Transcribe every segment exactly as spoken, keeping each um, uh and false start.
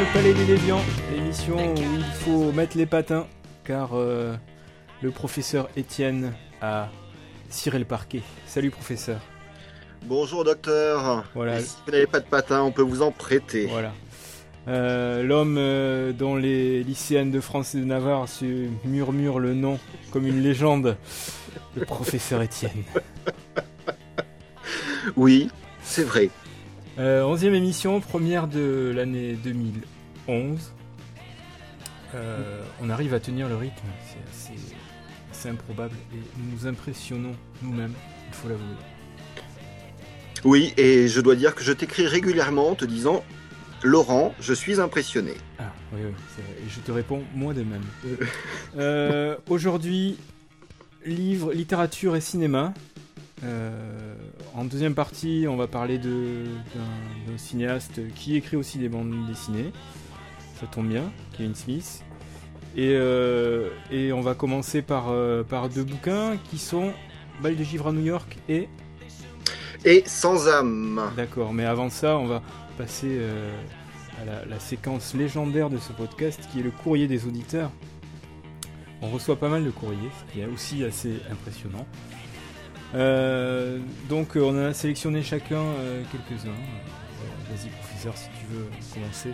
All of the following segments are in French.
le Palais des Déviants, l'émission où il faut mettre les patins, car euh, le professeur Étienne a ciré le parquet. Salut professeur. Bonjour docteur. Voilà. Et si vous n'avez pas de patins, on peut vous en prêter. Voilà. Euh, l'homme euh, dont les lycéennes de France et de Navarre se murmurent le nom comme une légende, le professeur Étienne. Oui, c'est vrai. Euh, onzième émission, première de l'année deux mille onze. Euh, on arrive à tenir le rythme, c'est assez, assez improbable et nous nous impressionnons nous-mêmes, il faut l'avouer. Oui, et je dois dire que je t'écris régulièrement en te disant « Laurent, je suis impressionné ». Ah oui, oui, c'est vrai, et je te réponds moi de même. euh, aujourd'hui, livre, littérature et cinéma. Euh, en deuxième partie, on va parler de, d'un, d'un cinéaste qui écrit aussi des bandes dessinées. Ça tombe bien, Kevin Smith. Et, euh, et on va commencer par, euh, par deux bouquins qui sont Bal de Givre à New York et... Et Sans âme. D'accord, mais avant ça, on va passer euh, à la, la séquence légendaire de ce podcast qui est le courrier des auditeurs. On reçoit pas mal de courriers, ce qui est aussi assez impressionnant. Euh, donc euh, on a sélectionné chacun euh, quelques-uns. Euh, vas-y professeur, si tu veux commencer.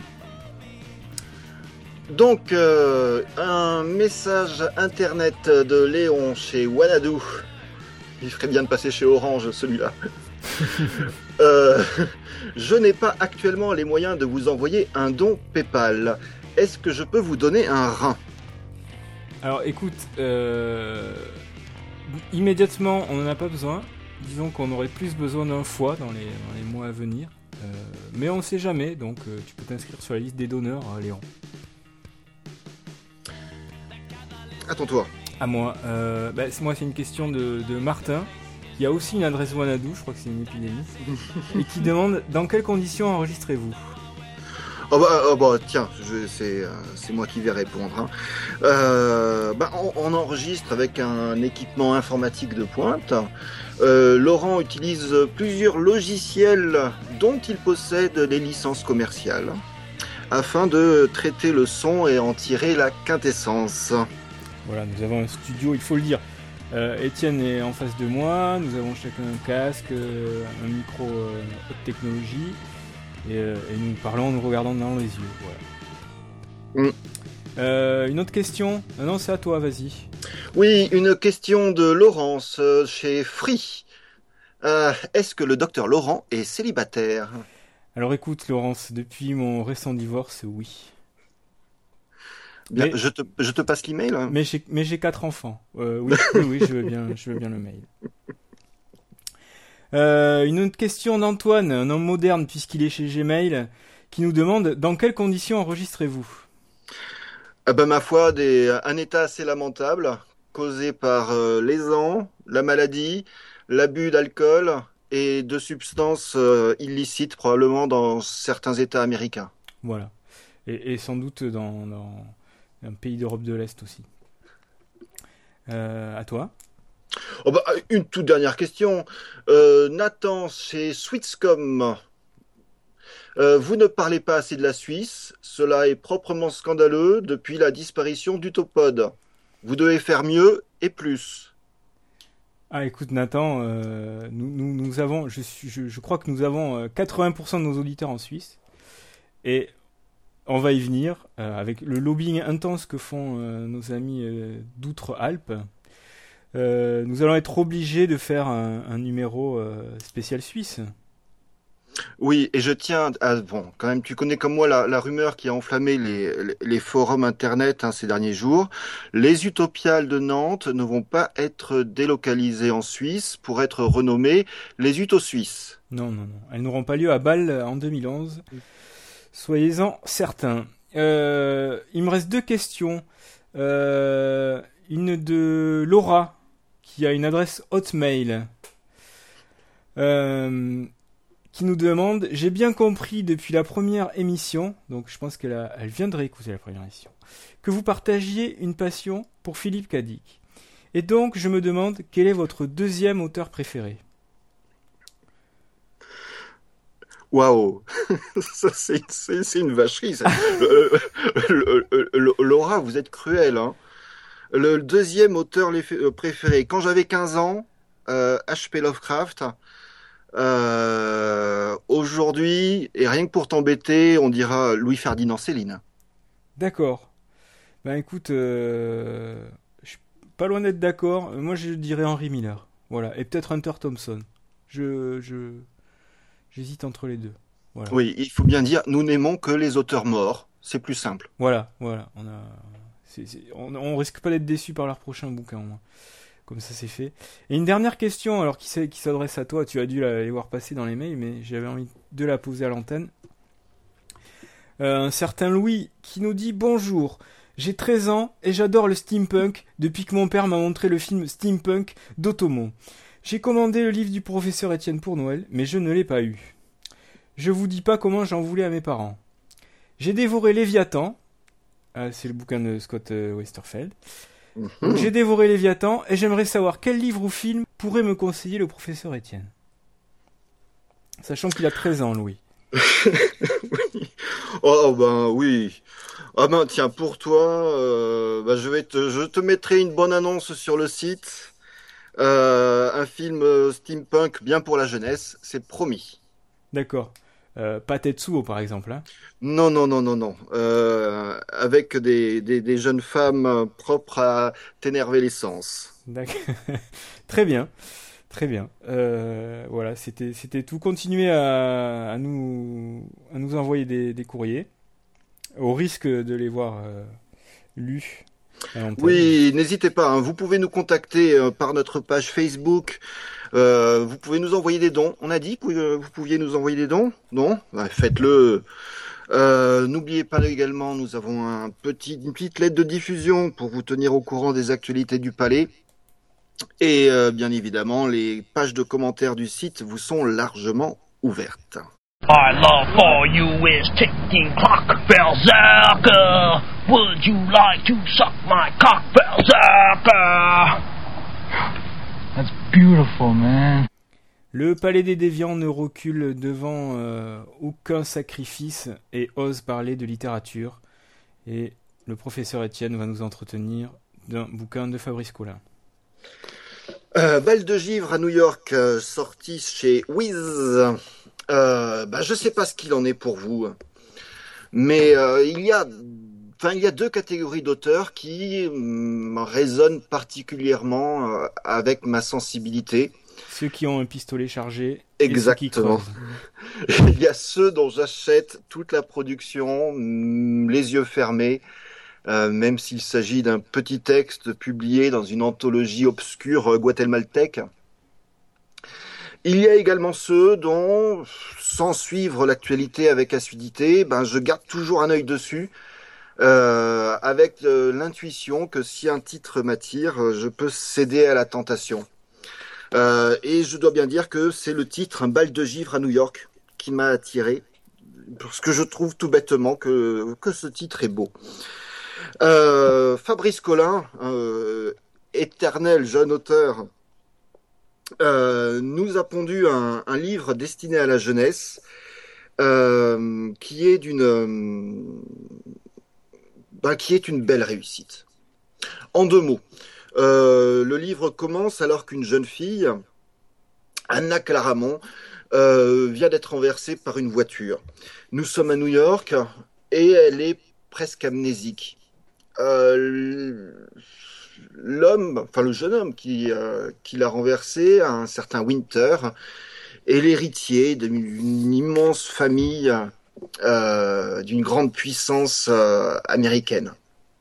Donc, euh, un message internet de Léon chez Wanadoo. Il ferait bien de passer chez Orange, celui-là. euh, je n'ai pas actuellement les moyens de vous envoyer un don PayPal. Est-ce que je peux vous donner un rein ? Alors écoute, euh, immédiatement on n'en a pas besoin. Disons qu'on aurait plus besoin d'un foie dans les, dans les mois à venir. Euh, mais on ne sait jamais, donc euh, tu peux t'inscrire sur la liste des donneurs, euh, Léon. Attends-toi. À moi. Euh, bah, c'est, moi, c'est une question de, de Martin, qui a aussi une adresse Wanadoo, je crois que c'est une épidémie, et qui demande dans quelles conditions enregistrez-vous ? Oh bah, oh bah tiens, je, c'est, euh, c'est moi qui vais répondre. Hein. Euh, bah, on, on enregistre avec un équipement informatique de pointe. Euh, Laurent utilise plusieurs logiciels dont il possède les licences commerciales afin de traiter le son et en tirer la quintessence. Voilà, nous avons un studio, il faut le dire. Euh, Étienne est en face de moi, nous avons chacun un casque, euh, un micro euh, haute technologie, et, euh, et nous parlons en nous regardant dans les yeux. Voilà. Mm. Euh, une autre question ? Ah non, c'est à toi, vas-y. Oui, une question de Laurence euh, chez Free. Euh, est-ce que le docteur Laurent est célibataire ? Alors écoute, Laurence, depuis mon récent divorce, oui. Bien, mais, je, te, je te passe l'email. Hein. Mais j'ai, mais j'ai quatre enfants. Euh, oui, oui, oui, je veux bien, je veux bien le mail. Euh, une autre question d'Antoine, un homme moderne puisqu'il est chez Gmail, qui nous demande dans quelles conditions enregistrez-vous ? Ah ben, ma foi, des, un état assez lamentable, causé par euh, les ans, la maladie, l'abus d'alcool et de substances euh, illicites probablement dans certains États américains. Voilà. Et, et sans doute dans, dans un pays d'Europe de l'Est aussi. Euh, à toi ? Oh bah, une toute dernière question. Euh, Nathan, chez Swisscom, euh, vous ne parlez pas assez de la Suisse. Cela est proprement scandaleux depuis la disparition d'Utopod. Vous devez faire mieux et plus. Ah, écoute, Nathan, euh, nous, nous, nous avons, je, suis, je, je crois que nous avons quatre-vingts pour cent de nos auditeurs en Suisse. Et on va y venir, euh, avec le lobbying intense que font euh, nos amis euh, d'Outre-Alpes. Euh, nous allons être obligés de faire un, un numéro euh, spécial suisse. Oui, et je tiens à... Bon, quand même, tu connais comme moi la, la rumeur qui a enflammé les, les, les forums internet hein, ces derniers jours. Les Utopiales de Nantes ne vont pas être délocalisées en Suisse pour être renommées les Uto-Suisses. Non, non, non. Elles n'auront pas lieu à Bâle en deux mille onze. Soyez-en certains. Euh, il me reste deux questions. Euh, une de Laura, qui a une adresse Hotmail, euh, qui nous demande « J'ai bien compris depuis la première émission, donc je pense qu'elle a, elle vient de réécouter la première émission, que vous partagiez une passion pour Philippe K. Dick. Et donc, je me demande quel est votre deuxième auteur préféré ?» Waouh, ça c'est c'est c'est une vacherie. Ça. Euh, euh, euh, euh, Laura, vous êtes cruelle, hein. Le deuxième auteur les- euh, préféré. Quand j'avais quinze ans, euh, H P Lovecraft. Euh, aujourd'hui, et rien que pour t'embêter, on dira Louis-Ferdinand Céline. D'accord. Ben écoute, euh, je suis pas loin d'être d'accord. Moi, je dirais Henry Miller. Voilà. Et peut-être Hunter Thompson. Je, je, j'hésite entre les deux. Voilà. Oui, il faut bien dire, nous n'aimons que les auteurs morts. C'est plus simple. Voilà, voilà. On a, c'est- c'est- on, on risque pas d'être déçu par leur prochain bouquin, au moins. Comme ça, c'est fait. Et une dernière question, alors qui, s'a- qui s'adresse à toi. Tu as dû la, les voir passer dans les mails, mais j'avais envie de la poser à l'antenne. Euh, un certain Louis qui nous dit bonjour. J'ai treize ans et j'adore le steampunk depuis que mon père m'a montré le film Steampunk d'Otomon. J'ai commandé le livre du professeur Étienne pour Noël, mais je ne l'ai pas eu. Je vous dis pas comment j'en voulais à mes parents. J'ai dévoré Léviathan. Ah, c'est le bouquin de Scott euh, Westerfeld. Donc Mhm. j'ai dévoré Léviathan et j'aimerais savoir quel livre ou film pourrait me conseiller le professeur Étienne. Sachant qu'il a treize ans, Louis. Oui. Oh ben oui. Ah ben tiens, pour toi, euh, bah, je vais te, je te mettrai une bonne annonce sur le site. Euh, un film euh, steampunk bien pour la jeunesse, c'est promis. D'accord. Euh, pas Tetsuo, par exemple. Hein. Non, non, non, non, non. Euh, avec des, des, des jeunes femmes euh, propres à t'énerver l'essence. D'accord. Très bien. Très bien. Euh, voilà, c'était c'était tout. Continuez à, à nous à nous envoyer des, des courriers, au risque de les voir euh, lus à l'antenne. Oui, n'hésitez pas, hein, vous pouvez nous contacter euh, par notre page Facebook. Euh, vous pouvez nous envoyer des dons. On a dit que euh, vous pouviez nous envoyer des dons? Non? Bah, faites-le. Euh, n'oubliez pas également, nous avons un petit, une petite lettre de diffusion pour vous tenir au courant des actualités du palais. Et euh, bien évidemment, les pages de commentaires du site vous sont largement ouvertes. Our love for you is ticking clock, Berserker. Would you like to suck my cock, Berserker? That's beautiful, man. Le palais des déviants ne recule devant euh, aucun sacrifice et ose parler de littérature. Et le professeur Étienne va nous entretenir d'un bouquin de Fabrice Collin. Euh, Balle de givre à New York, euh, sorti chez Wiz. Euh, bah, je sais pas ce qu'il en est pour vous, mais euh, il y a, enfin, il y a deux catégories d'auteurs qui hum, résonnent particulièrement euh, avec ma sensibilité. Ceux qui ont un pistolet chargé et ceux qui Exactement. creusent. Il y a ceux dont j'achète toute la production, hum, les yeux fermés, euh, même s'il s'agit d'un petit texte publié dans une anthologie obscure euh, guatémaltèque. Il y a également ceux dont, sans suivre l'actualité avec assiduité, ben je garde toujours un œil dessus, euh, avec euh, l'intuition que si un titre m'attire, je peux céder à la tentation. Euh, et je dois bien dire que c'est le titre Un bal de givre à New York qui m'a attiré, parce que je trouve tout bêtement que, que ce titre est beau. Euh, Fabrice Collin, euh, éternel jeune auteur, Euh, nous a pondu un, un livre destiné à la jeunesse euh, qui est d'une euh, bah, qui est une belle réussite. En deux mots, euh, le livre commence alors qu'une jeune fille, Anna Claramont, euh, vient d'être renversée par une voiture. Nous sommes à New York et elle est presque amnésique. Euh, L'homme, enfin le jeune homme qui, euh, qui l'a renversé, un certain Winter, est l'héritier d'une immense famille, euh, d'une grande puissance euh, américaine.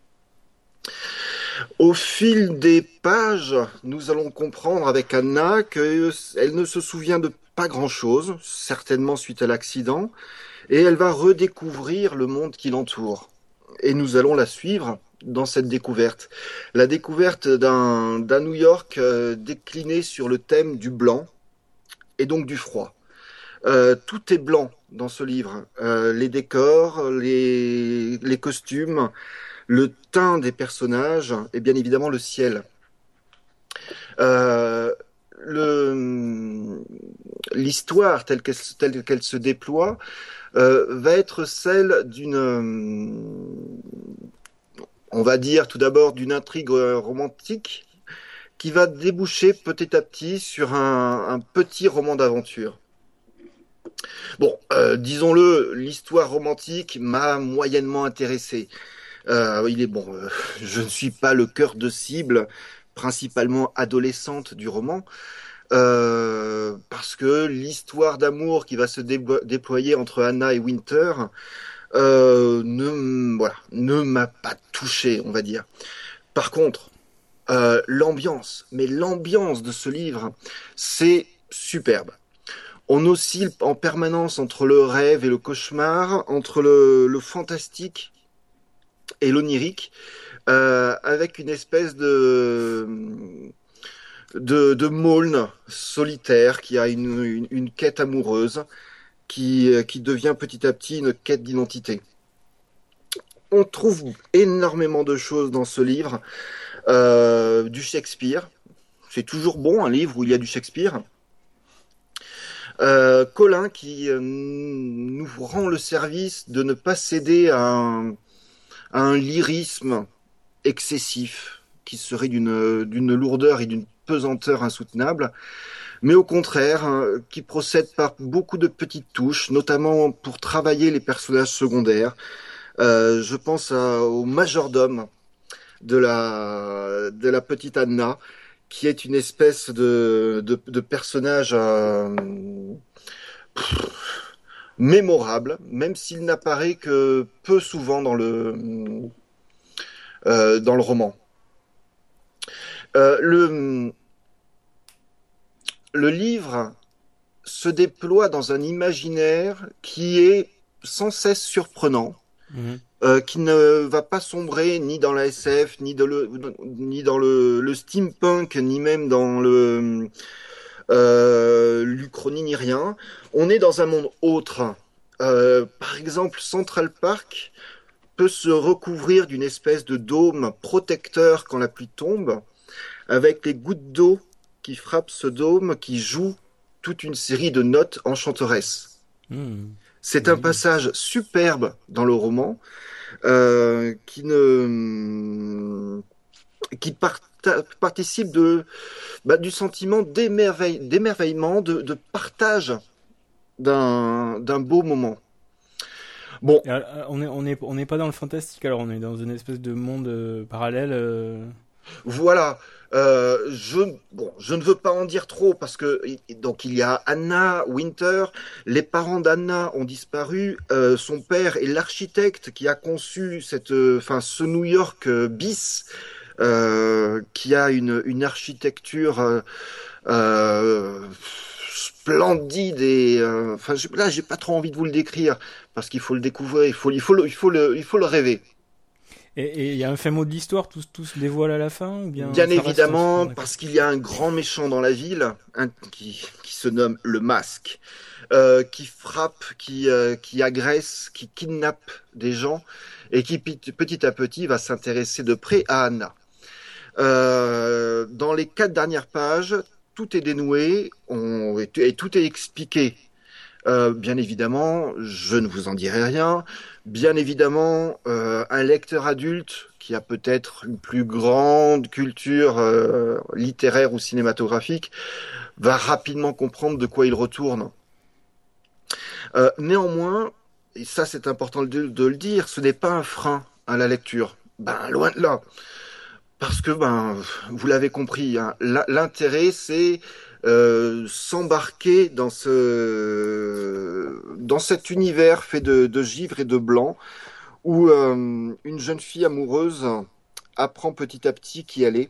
Au fil des pages, nous allons comprendre avec Anna qu'elle ne se souvient de pas grand-chose, certainement suite à l'accident, et elle va redécouvrir le monde qui l'entoure. Et nous allons la suivre dans cette découverte. La découverte d'un d'un New York euh, décliné sur le thème du blanc et donc du froid. Euh, tout est blanc dans ce livre. Euh, les décors, les, les costumes, le teint des personnages et bien évidemment le ciel. Euh, le, l'histoire telle qu'elle, telle qu'elle se déploie euh, va être celle d'une, euh, on va dire tout d'abord d'une intrigue romantique qui va déboucher petit à petit sur un, un petit roman d'aventure. Bon, euh, disons-le, l'histoire romantique m'a moyennement intéressé. Euh, il est bon, euh, je ne suis pas le cœur de cible, principalement adolescente du roman, euh, parce que l'histoire d'amour qui va se dé- déployer entre Anna et Winter euh, ne, voilà, ne m'a pas touché, on va dire. Par contre, euh, l'ambiance, mais l'ambiance de ce livre, c'est superbe. On oscille en permanence entre le rêve et le cauchemar, entre le, le fantastique et l'onirique, euh, avec une espèce de de, de Maulne solitaire qui a une, une, une quête amoureuse qui, qui devient petit à petit une quête d'identité. On trouve énormément de choses dans ce livre, euh, du Shakespeare. C'est toujours bon, un livre où il y a du Shakespeare. Euh, Colin qui euh, nous rend le service de ne pas céder à un, à un lyrisme excessif qui serait d'une, d'une lourdeur et d'une pesanteur insoutenable, mais au contraire, hein, qui procède par beaucoup de petites touches, notamment pour travailler les personnages secondaires. Euh, je pense à, au majordome de la, de la petite Anna, qui est une espèce de, de, de personnage euh, pff, mémorable, même s'il n'apparaît que peu souvent dans le, euh, dans le roman. Euh, le, le livre se déploie dans un imaginaire qui est sans cesse surprenant, mmh. euh, qui ne va pas sombrer ni dans la S F, ni, de le, ni dans le, le steampunk, ni même dans le euh, l'Uchronie, ni rien. On est dans un monde autre. Euh, par exemple, Central Park peut se recouvrir d'une espèce de dôme protecteur quand la pluie tombe, avec les gouttes d'eau qui frappent ce dôme, qui jouent toute une série de notes enchanteresses. Mmh. C'est mmh. un passage superbe dans le roman, euh, qui ne, qui parta- participe de, bah, du sentiment d'émerveille, d'émerveillement, de, de partage d'un, d'un beau moment. Bon, alors, on est, on est, on n'est pas dans le fantastique, alors on est dans une espèce de monde euh, parallèle. Euh... Voilà. Euh, je, bon, je ne veux pas en dire trop parce que donc il y a Anna, Winter, les parents d'Anna ont disparu, euh, son père est l'architecte qui a conçu cette, enfin, euh, ce New York euh, bis, euh, qui a une, une architecture euh, euh, splendide et, enfin, euh, là, j'ai pas trop envie de vous le décrire parce qu'il faut le découvrir, il faut, il faut le, il faut le, il faut le rêver. Et il y a un fin mot de l'histoire, tout, tout se dévoile à la fin ou bien Bien évidemment, parce qu'il y a un grand méchant dans la ville, un, qui, qui se nomme le Masque, euh, qui frappe, qui, euh, qui agresse, qui kidnappe des gens, et qui petit à petit va s'intéresser de près à Anna. Euh, dans les quatre dernières pages, tout est dénoué, on, et, et tout est expliqué. Euh, bien évidemment, je ne vous en dirai rien. Bien évidemment, euh, un lecteur adulte qui a peut-être une plus grande culture euh, littéraire ou cinématographique va rapidement comprendre de quoi il retourne. Euh, néanmoins, et ça c'est important de, de le dire, ce n'est pas un frein à la lecture. Ben loin de là. Parce que, ben, vous l'avez compris, hein, l'intérêt c'est Euh, s'embarquer dans ce dans cet univers fait de, de givre et de blanc où euh, une jeune fille amoureuse apprend petit à petit qui elle est,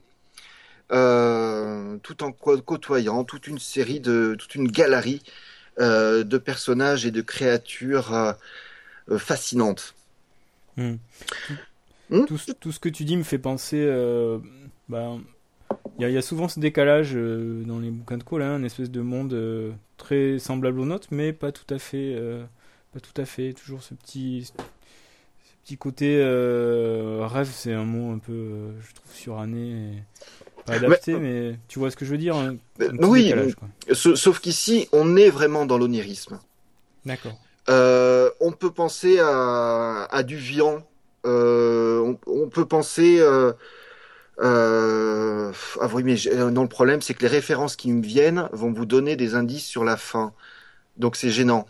euh, tout en côtoyant toute une série de toute une galerie euh, de personnages et de créatures euh, fascinantes. Mmh. Mmh. Tout, tout ce que tu dis me fait penser euh, ben... Il y, y a souvent ce décalage euh, dans les bouquins de Colin, une espèce de monde euh, très semblable au nôtre, mais pas tout à fait, euh, pas tout à fait. Toujours ce petit, ce petit côté euh, rêve, c'est un mot un peu, euh, je trouve, suranné. Pas adapté, mais... mais tu vois ce que je veux dire, un, Mais, un petit oui, décalage, quoi. sauf qu'ici, on est vraiment dans l'onirisme. D'accord. Euh, on peut penser à, à du Vian. Euh, on, on peut penser. Euh, euh, ah oui, mais j'ai- non, le problème, c'est que les références qui me viennent vont vous donner des indices sur la fin. Donc c'est gênant.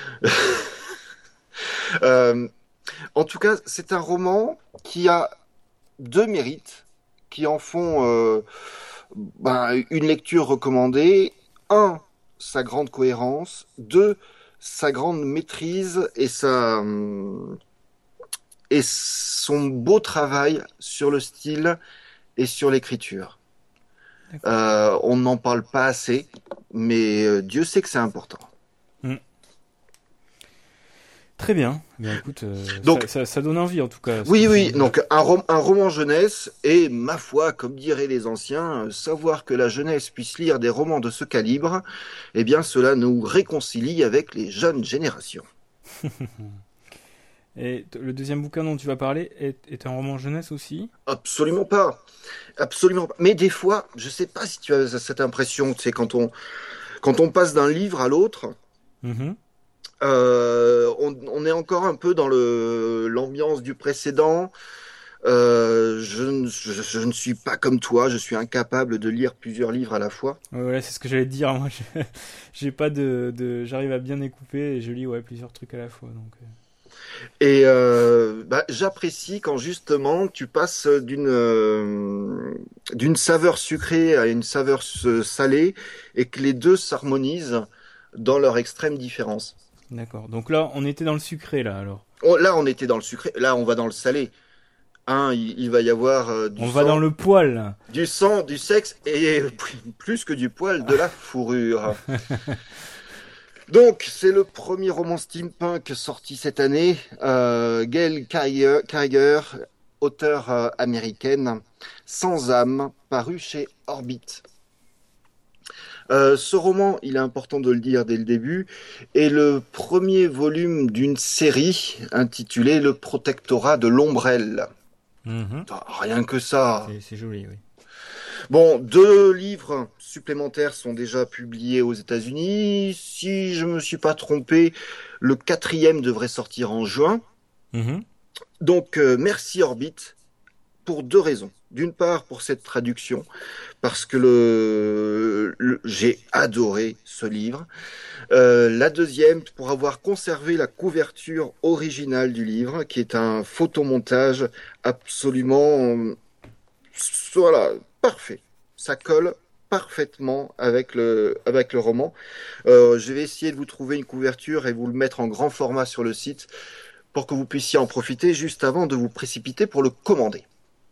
Euh, en tout cas, c'est un roman qui a deux mérites, qui en font euh, ben, une lecture recommandée. Un, sa grande cohérence. Deux, sa grande maîtrise et sa hum, et son beau travail sur le style et sur l'écriture. D'accord. Euh, on n'en parle pas assez, mais euh, Dieu sait que c'est important. Très bien. Bien, écoute, euh, Donc- ça, ça, ça donne envie en tout cas. Oui, Ce que oui, tu- donc un, rom- un roman jeunesse, et ma foi, comme diraient les anciens, euh, savoir que la jeunesse puisse lire des romans de ce calibre, eh bien cela nous réconcilie avec les jeunes générations. Et t- le deuxième bouquin dont tu vas parler est, est un roman jeunesse aussi. Absolument pas. Absolument pas. Mais des fois, je sais pas si tu as cette impression, tu sais, quand on, quand on passe d'un livre à l'autre, Mhm. euh, on, on est encore un peu dans le, l'ambiance du précédent. Euh, je, ne- je, je ne suis pas comme toi, je suis incapable de lire plusieurs livres à la fois. Ouais, voilà, c'est ce que j'allais te dire. Moi, je- j'ai pas de, de, j'arrive à bien découper et je lis ouais plusieurs trucs à la fois. Donc, euh, Et euh, bah, j'apprécie quand justement tu passes d'une euh, d'une saveur sucrée à une saveur s- salée et que les deux s'harmonisent dans leur extrême différence. d'accord. Donc là, on était dans le sucré là alors. Oh, là, on était dans le sucré, là, on va dans le salé. Hein, il, il va y avoir euh, du On sang, va dans le poil. Là. du sang, du sexe et plus que du poil, de la fourrure. Donc, c'est le premier roman steampunk sorti cette année. Euh, Gail Carriger, Carriger, auteure euh, américaine, Sans âme, paru chez Orbit. Euh, ce roman, il est important de le dire dès le début, est le premier volume d'une série intitulée Le Protectorat de l'Ombrelle. Mhm. Rien que ça. C'est, c'est joli, oui. Bon, deux livres supplémentaires sont déjà publiés aux États-Unis. Si je me suis pas trompé, le quatrième devrait sortir en juin. Mhm. Donc, euh, merci Orbit pour deux raisons. D'une part, pour cette traduction, parce que le, le- j'ai adoré ce livre. Euh, la deuxième, pour avoir conservé la couverture originale du livre, qui est un photomontage absolument, euh, voilà, parfait. Ça colle parfaitement avec le, avec le roman. Euh, je vais essayer de vous trouver une couverture et vous le mettre en grand format sur le site pour que vous puissiez en profiter juste avant de vous précipiter pour le commander.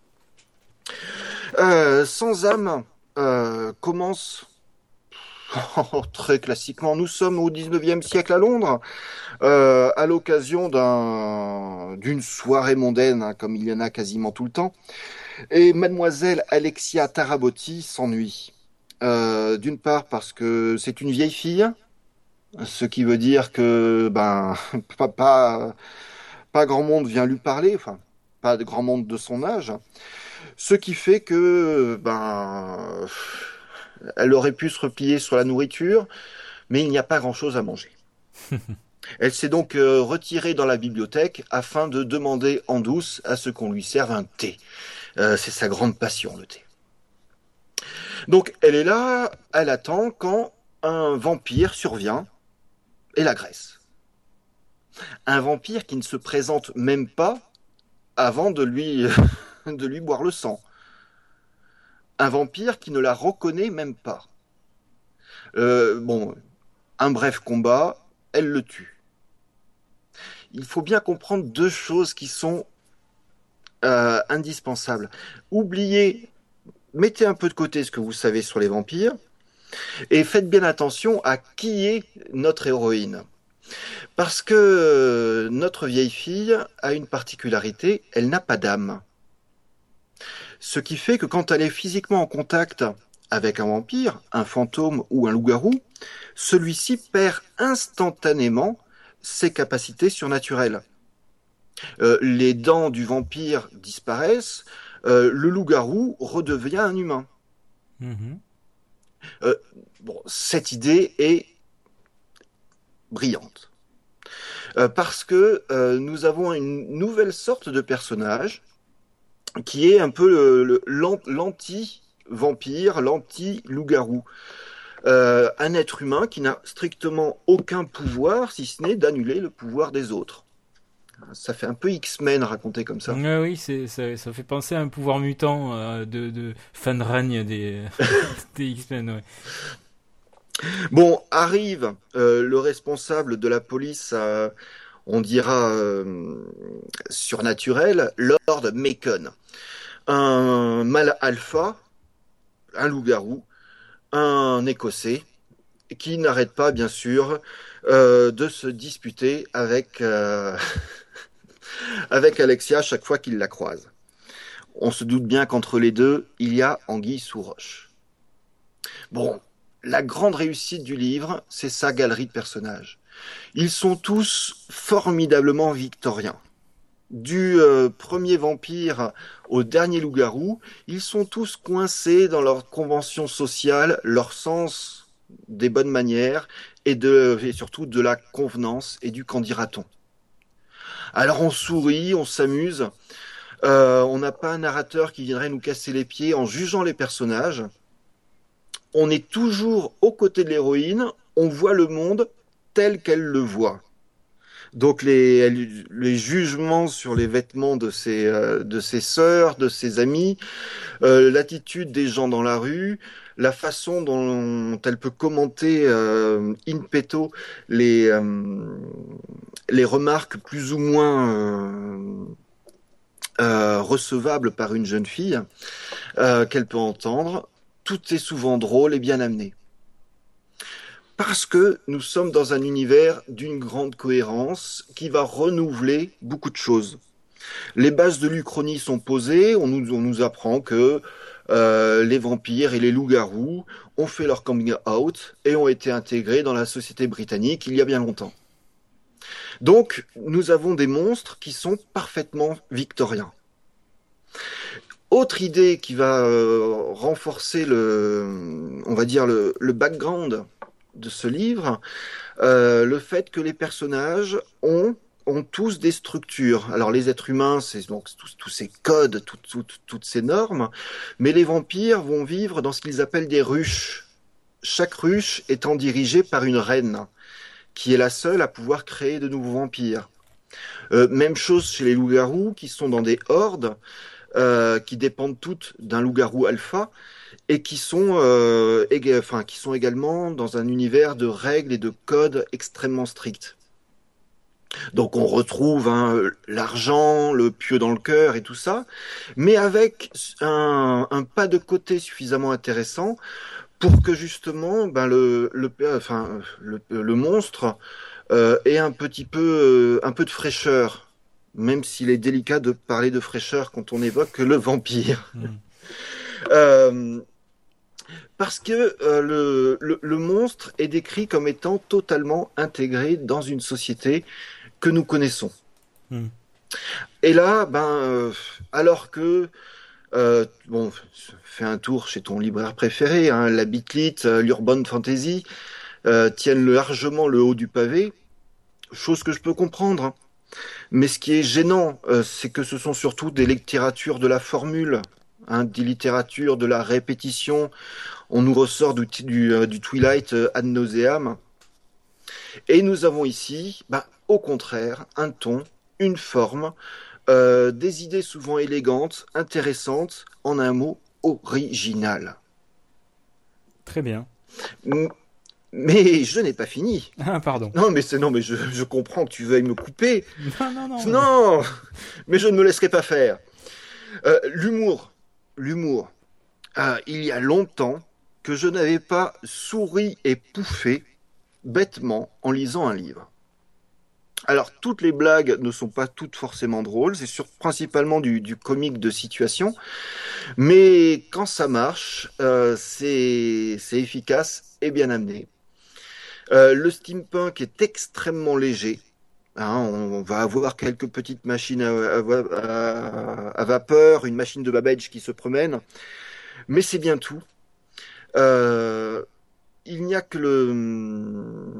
Euh, Sans âme euh, commence très classiquement. Nous sommes au dix-neuvième siècle à Londres, euh, à l'occasion d'un, d'une soirée mondaine, hein, comme il y en a quasiment tout le temps. Et mademoiselle Alexia Tarabotti s'ennuie. Euh, d'une part parce que c'est une vieille fille, ce qui veut dire que ben pas, pas, pas grand monde vient lui parler, enfin pas de grand monde de son âge. Ce qui fait que ben elle aurait pu se replier sur la nourriture, mais il n'y a pas grand-chose à manger. Elle s'est donc euh, retirée dans la bibliothèque afin de demander en douce à ce qu'on lui serve un thé. Euh, c'est sa grande passion, le thé. Donc elle est là, elle attend quand un vampire survient et l'agresse. Un vampire qui ne se présente même pas avant de lui, de lui boire le sang. Un vampire qui ne la reconnaît même pas. Euh, bon, un bref combat, elle le tue. Il faut bien comprendre deux choses qui sont euh, indispensables. Oubliez, mettez un peu de côté ce que vous savez sur les vampires et faites bien attention à qui est notre héroïne. Parce que notre vieille fille a une particularité, elle n'a pas d'âme. Ce qui fait que quand elle est physiquement en contact avec un vampire, un fantôme ou un loup-garou, celui-ci perd instantanément ses capacités surnaturelles. Euh, les dents du vampire disparaissent, euh, le loup-garou redevient un humain. Mhm. Euh, bon, cette idée est brillante. Euh, parce que euh, nous avons une nouvelle sorte de personnage qui est un peu le, le- l'an- l'anti-vampire, l'anti-loup-garou. Euh, un être humain qui n'a strictement aucun pouvoir, si ce n'est d'annuler le pouvoir des autres. Ça fait un peu X-Men raconté comme ça. Ouais, oui, c'est, ça, ça fait penser à un pouvoir mutant euh, de, de fan règne des, des X-Men. Ouais. Bon, arrive euh, le responsable de la police, euh, on dira euh, surnaturel, Lord Macon. Un mâle alpha, un loup-garou, un Écossais, qui n'arrête pas, bien sûr, euh, de se disputer avec, euh, avec Alexia chaque fois qu'il la croise. On se doute bien qu'entre les deux, il y a anguille sous roche. Bon, la grande réussite du livre, c'est sa galerie de personnages. Ils sont tous formidablement victoriens. Du euh, premier vampire au dernier loup-garou, ils sont tous coincés dans leur convention sociale, leur sens des bonnes manières et, de, et surtout de la convenance et du qu'en dira-t-on. Alors on sourit, on s'amuse, euh, on n'a pas un narrateur qui viendrait nous casser les pieds en jugeant les personnages. On est toujours aux côtés de l'héroïne, on voit le monde tel qu'elle le voit. Donc les, les jugements sur les vêtements de ses, euh, de ses sœurs, de ses amis, euh, l'attitude des gens dans la rue, la façon dont elle peut commenter euh, in petto les, euh, les remarques plus ou moins euh, euh, recevables par une jeune fille euh, qu'elle peut entendre, tout est souvent drôle et bien amené. Parce que nous sommes dans un univers d'une grande cohérence qui va renouveler beaucoup de choses. Les bases de l'Uchronie sont posées, on nous, on nous apprend que euh, les vampires et les loups-garous ont fait leur coming out et ont été intégrés dans la société britannique il y a bien longtemps. Donc, nous avons des monstres qui sont parfaitement victoriens. Autre idée qui va euh, renforcer le, on va dire le, le background de ce livre, euh, le fait que les personnages ont, ont tous des structures. Alors les êtres humains, c'est donc tous, tous ces codes, tout, tout, toutes ces normes, mais les vampires vont vivre dans ce qu'ils appellent des ruches. Chaque ruche étant dirigée par une reine, qui est la seule à pouvoir créer de nouveaux vampires. Euh, même chose chez les loups-garous, qui sont dans des hordes, euh, qui dépendent toutes d'un loup-garou alpha, et qui sont, euh, ég- enfin, qui sont également dans un univers de règles et de codes extrêmement stricts. Donc on retrouve hein, l'argent, le pieu dans le cœur et tout ça, mais avec un, un pas de côté suffisamment intéressant pour que justement ben, le, le, enfin, le, le monstre euh, ait un petit peu, euh, un peu de fraîcheur, même s'il est délicat de parler de fraîcheur quand on évoque le vampire. Mm. Euh, Parce que euh, le, le, le monstre est décrit comme étant totalement intégré dans une société que nous connaissons. Mm. Et là, ben, euh, alors que euh, bon, fais un tour chez ton libraire préféré, hein, la Bitlit, euh, l'Urban Fantasy euh, tiennent largement le haut du pavé, chose que je peux comprendre. Hein. Mais ce qui est gênant, euh, c'est que ce sont surtout des littératures de la formule, hein, des littératures de la répétition. On nous ressort du, du, euh, du Twilight euh, ad nauseam. Et nous avons ici, bah, au contraire, un ton, une forme, euh, des idées souvent élégantes, intéressantes, en un mot, originales. Très bien. M- Mais je n'ai pas fini. Ah, pardon. Non, mais c'est non, mais je, je comprends que tu veuilles me couper. Non, non, non. Non, mais je ne me laisserai pas faire. Euh, l'humour, l'humour. Euh, il y a longtemps que je n'avais pas souri et pouffé bêtement en lisant un livre. Alors, toutes les blagues ne sont pas toutes forcément drôles, c'est sur, principalement du, du comique de situation, mais quand ça marche, euh, c'est, c'est efficace et bien amené. Euh, le steampunk est extrêmement léger. Hein, on va avoir quelques petites machines à, à, à, à vapeur, une machine de Babbage qui se promène, mais c'est bien tout. Euh, il n'y a que le...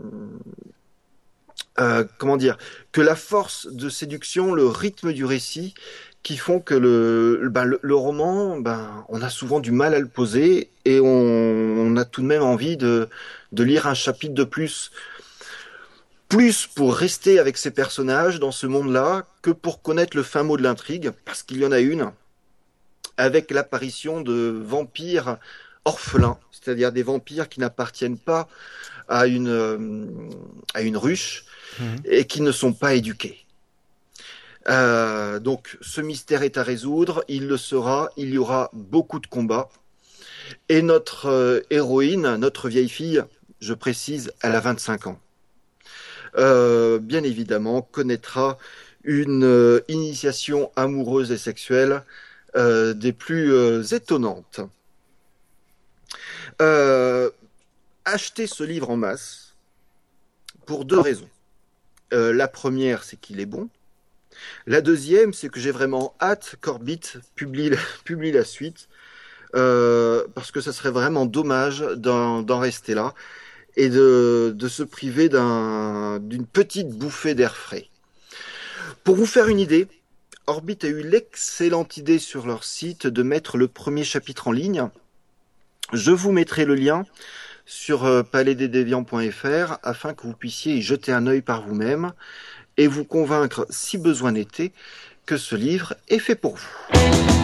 Euh, comment dire, que la force de séduction, le rythme du récit, qui font que le, ben, le, le roman, ben, on a souvent du mal à le poser et on, on a tout de même envie de, de lire un chapitre de plus. Plus pour rester avec ces personnages dans ce monde-là que pour connaître le fin mot de l'intrigue, parce qu'il y en a une, avec l'apparition de vampires orphelins, c'est-à-dire des vampires qui n'appartiennent pas à une, euh, à une ruche mmh. et qui ne sont pas éduqués. Euh, donc ce mystère est à résoudre, il le sera, il y aura beaucoup de combats. Et notre euh, héroïne, notre vieille fille, je précise, elle a vingt-cinq ans. Euh, bien évidemment, connaîtra une euh, initiation amoureuse et sexuelle euh, des plus euh, étonnantes. Euh, achetez ce livre en masse pour deux raisons. Euh, la première, c'est qu'il est bon. La deuxième, c'est que j'ai vraiment hâte qu'Orbit publie, publie la suite, euh, parce que ça serait vraiment dommage d'en, d'en rester là et de, de se priver d'un, d'une petite bouffée d'air frais. Pour vous faire une idée, Orbit a eu l'excellente idée sur leur site de mettre le premier chapitre en ligne. Je vous mettrai le lien sur euh, palais des déviants point f r afin que vous puissiez y jeter un œil par vous-même et vous convaincre, si besoin n'était, que ce livre est fait pour vous.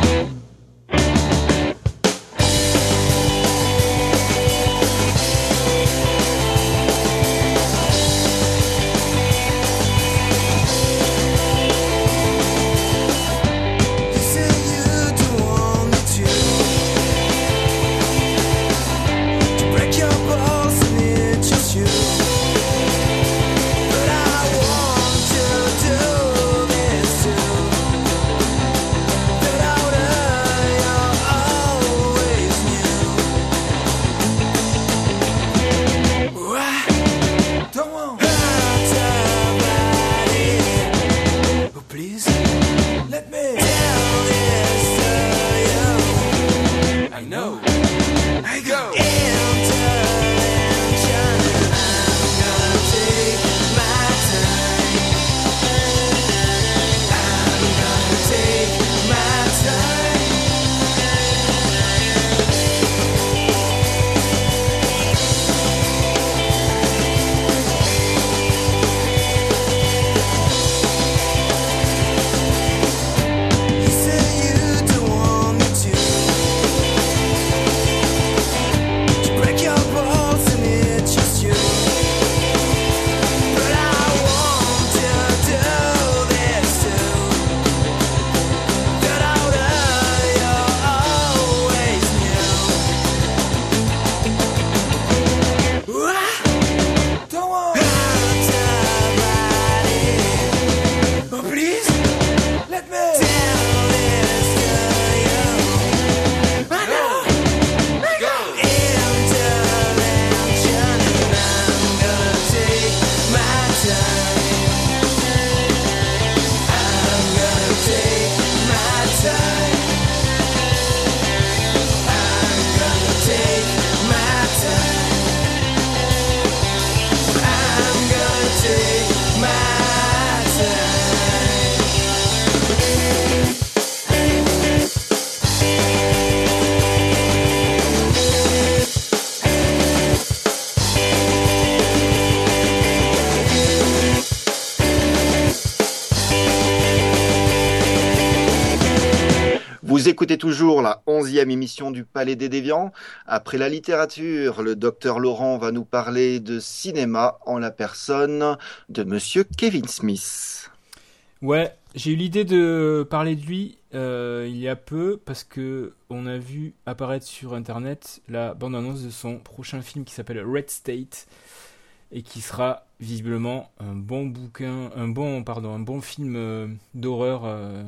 Vous écoutez toujours la onzième émission du Palais des Déviants. Après la littérature, le docteur Laurent va nous parler de cinéma en la personne de monsieur Kevin Smith. Ouais, j'ai eu l'idée de parler de lui euh, il y a peu parce que on a vu apparaître sur internet la bande-annonce de son prochain film qui s'appelle Red State et qui sera visiblement un bon bouquin, un bon, pardon, un bon film euh, d'horreur. Euh,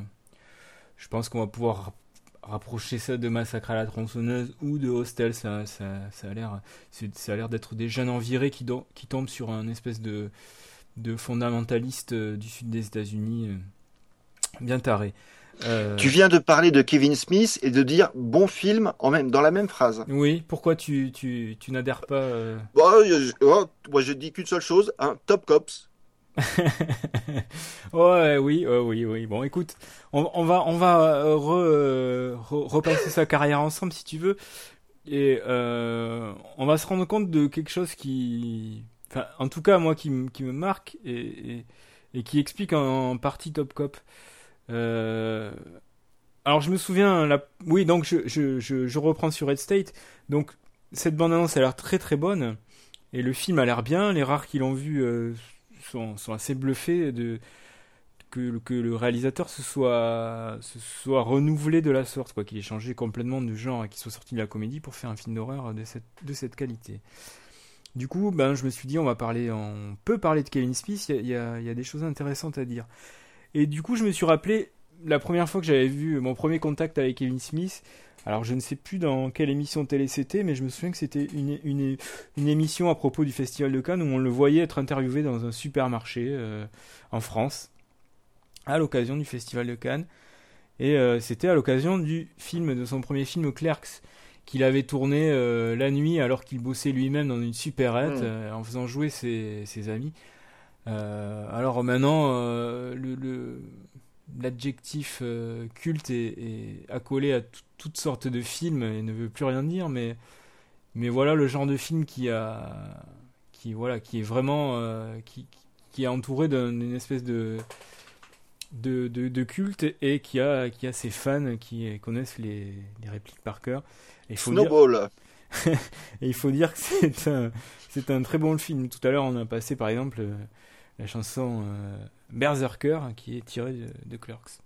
je pense qu'on va pouvoir rapprocher ça de Massacre à la tronçonneuse ou de Hostel. Ça, ça, ça a l'air, ça a l'air d'être des jeunes envirés qui, do, qui tombent sur un espèce de de fondamentaliste du sud des États-Unis, bien taré. Euh... Tu viens de parler de Kevin Smith et de dire bon film en même, dans la même phrase. Oui, pourquoi tu, tu, tu n'adhères pas euh... Bon, je, oh, moi je dis qu'une seule chose, hein, Top Cops. Ouais, oui, ouais, oui, oui. Bon, écoute, on, on va, on va euh, re, euh, re- repasser sa carrière ensemble si tu veux, et euh, on va se rendre compte de quelque chose qui, enfin, en tout cas moi qui, m- qui me marque et, et, et qui explique en, en partie Top Cop. Euh, alors je me souviens, la... oui, donc je, je, je, je reprends sur Red State. Donc cette bande-annonce a l'air très très bonne et le film a l'air bien. Les rares qui l'ont vu euh, sont, sont assez bluffés de que, que le réalisateur se soit, se soit renouvelé de la sorte, quoi, qu'il ait changé complètement de genre et qu'il soit sorti de la comédie pour faire un film d'horreur de cette, de cette qualité. Du coup, ben, je me suis dit, on va parler, on peut parler de Kevin Smith, il y, y, a, y a des choses intéressantes à dire. Et du coup, je me suis rappelé la première fois que j'avais vu mon premier contact avec Kevin Smith. Alors, je ne sais plus dans quelle émission télé c'était, mais je me souviens que c'était une, une, une émission à propos du Festival de Cannes où on le voyait être interviewé dans un supermarché euh, en France, à l'occasion du Festival de Cannes. Et euh, c'était à l'occasion du film, de son premier film Clerks, qu'il avait tourné euh, la nuit alors qu'il bossait lui-même dans une supérette, Mmh. euh, en faisant jouer ses, ses amis. Euh, alors maintenant, euh, le, le, l'adjectif euh, culte est, est accolé à tout- toutes sortes de films et ne veut plus rien dire, mais, mais voilà le genre de film qui a, qui voilà, qui est vraiment, euh, qui, qui est entouré d'un- d'une espèce de, de, de, de culte et qui a, qui a ses fans qui connaissent les, les répliques par cœur. Et il faut dire, Snowball. et il faut dire que c'est un, c'est un très bon film. Tout à l'heure, on a passé par exemple euh, la chanson euh, Berserker qui est tirée de, de Clerks.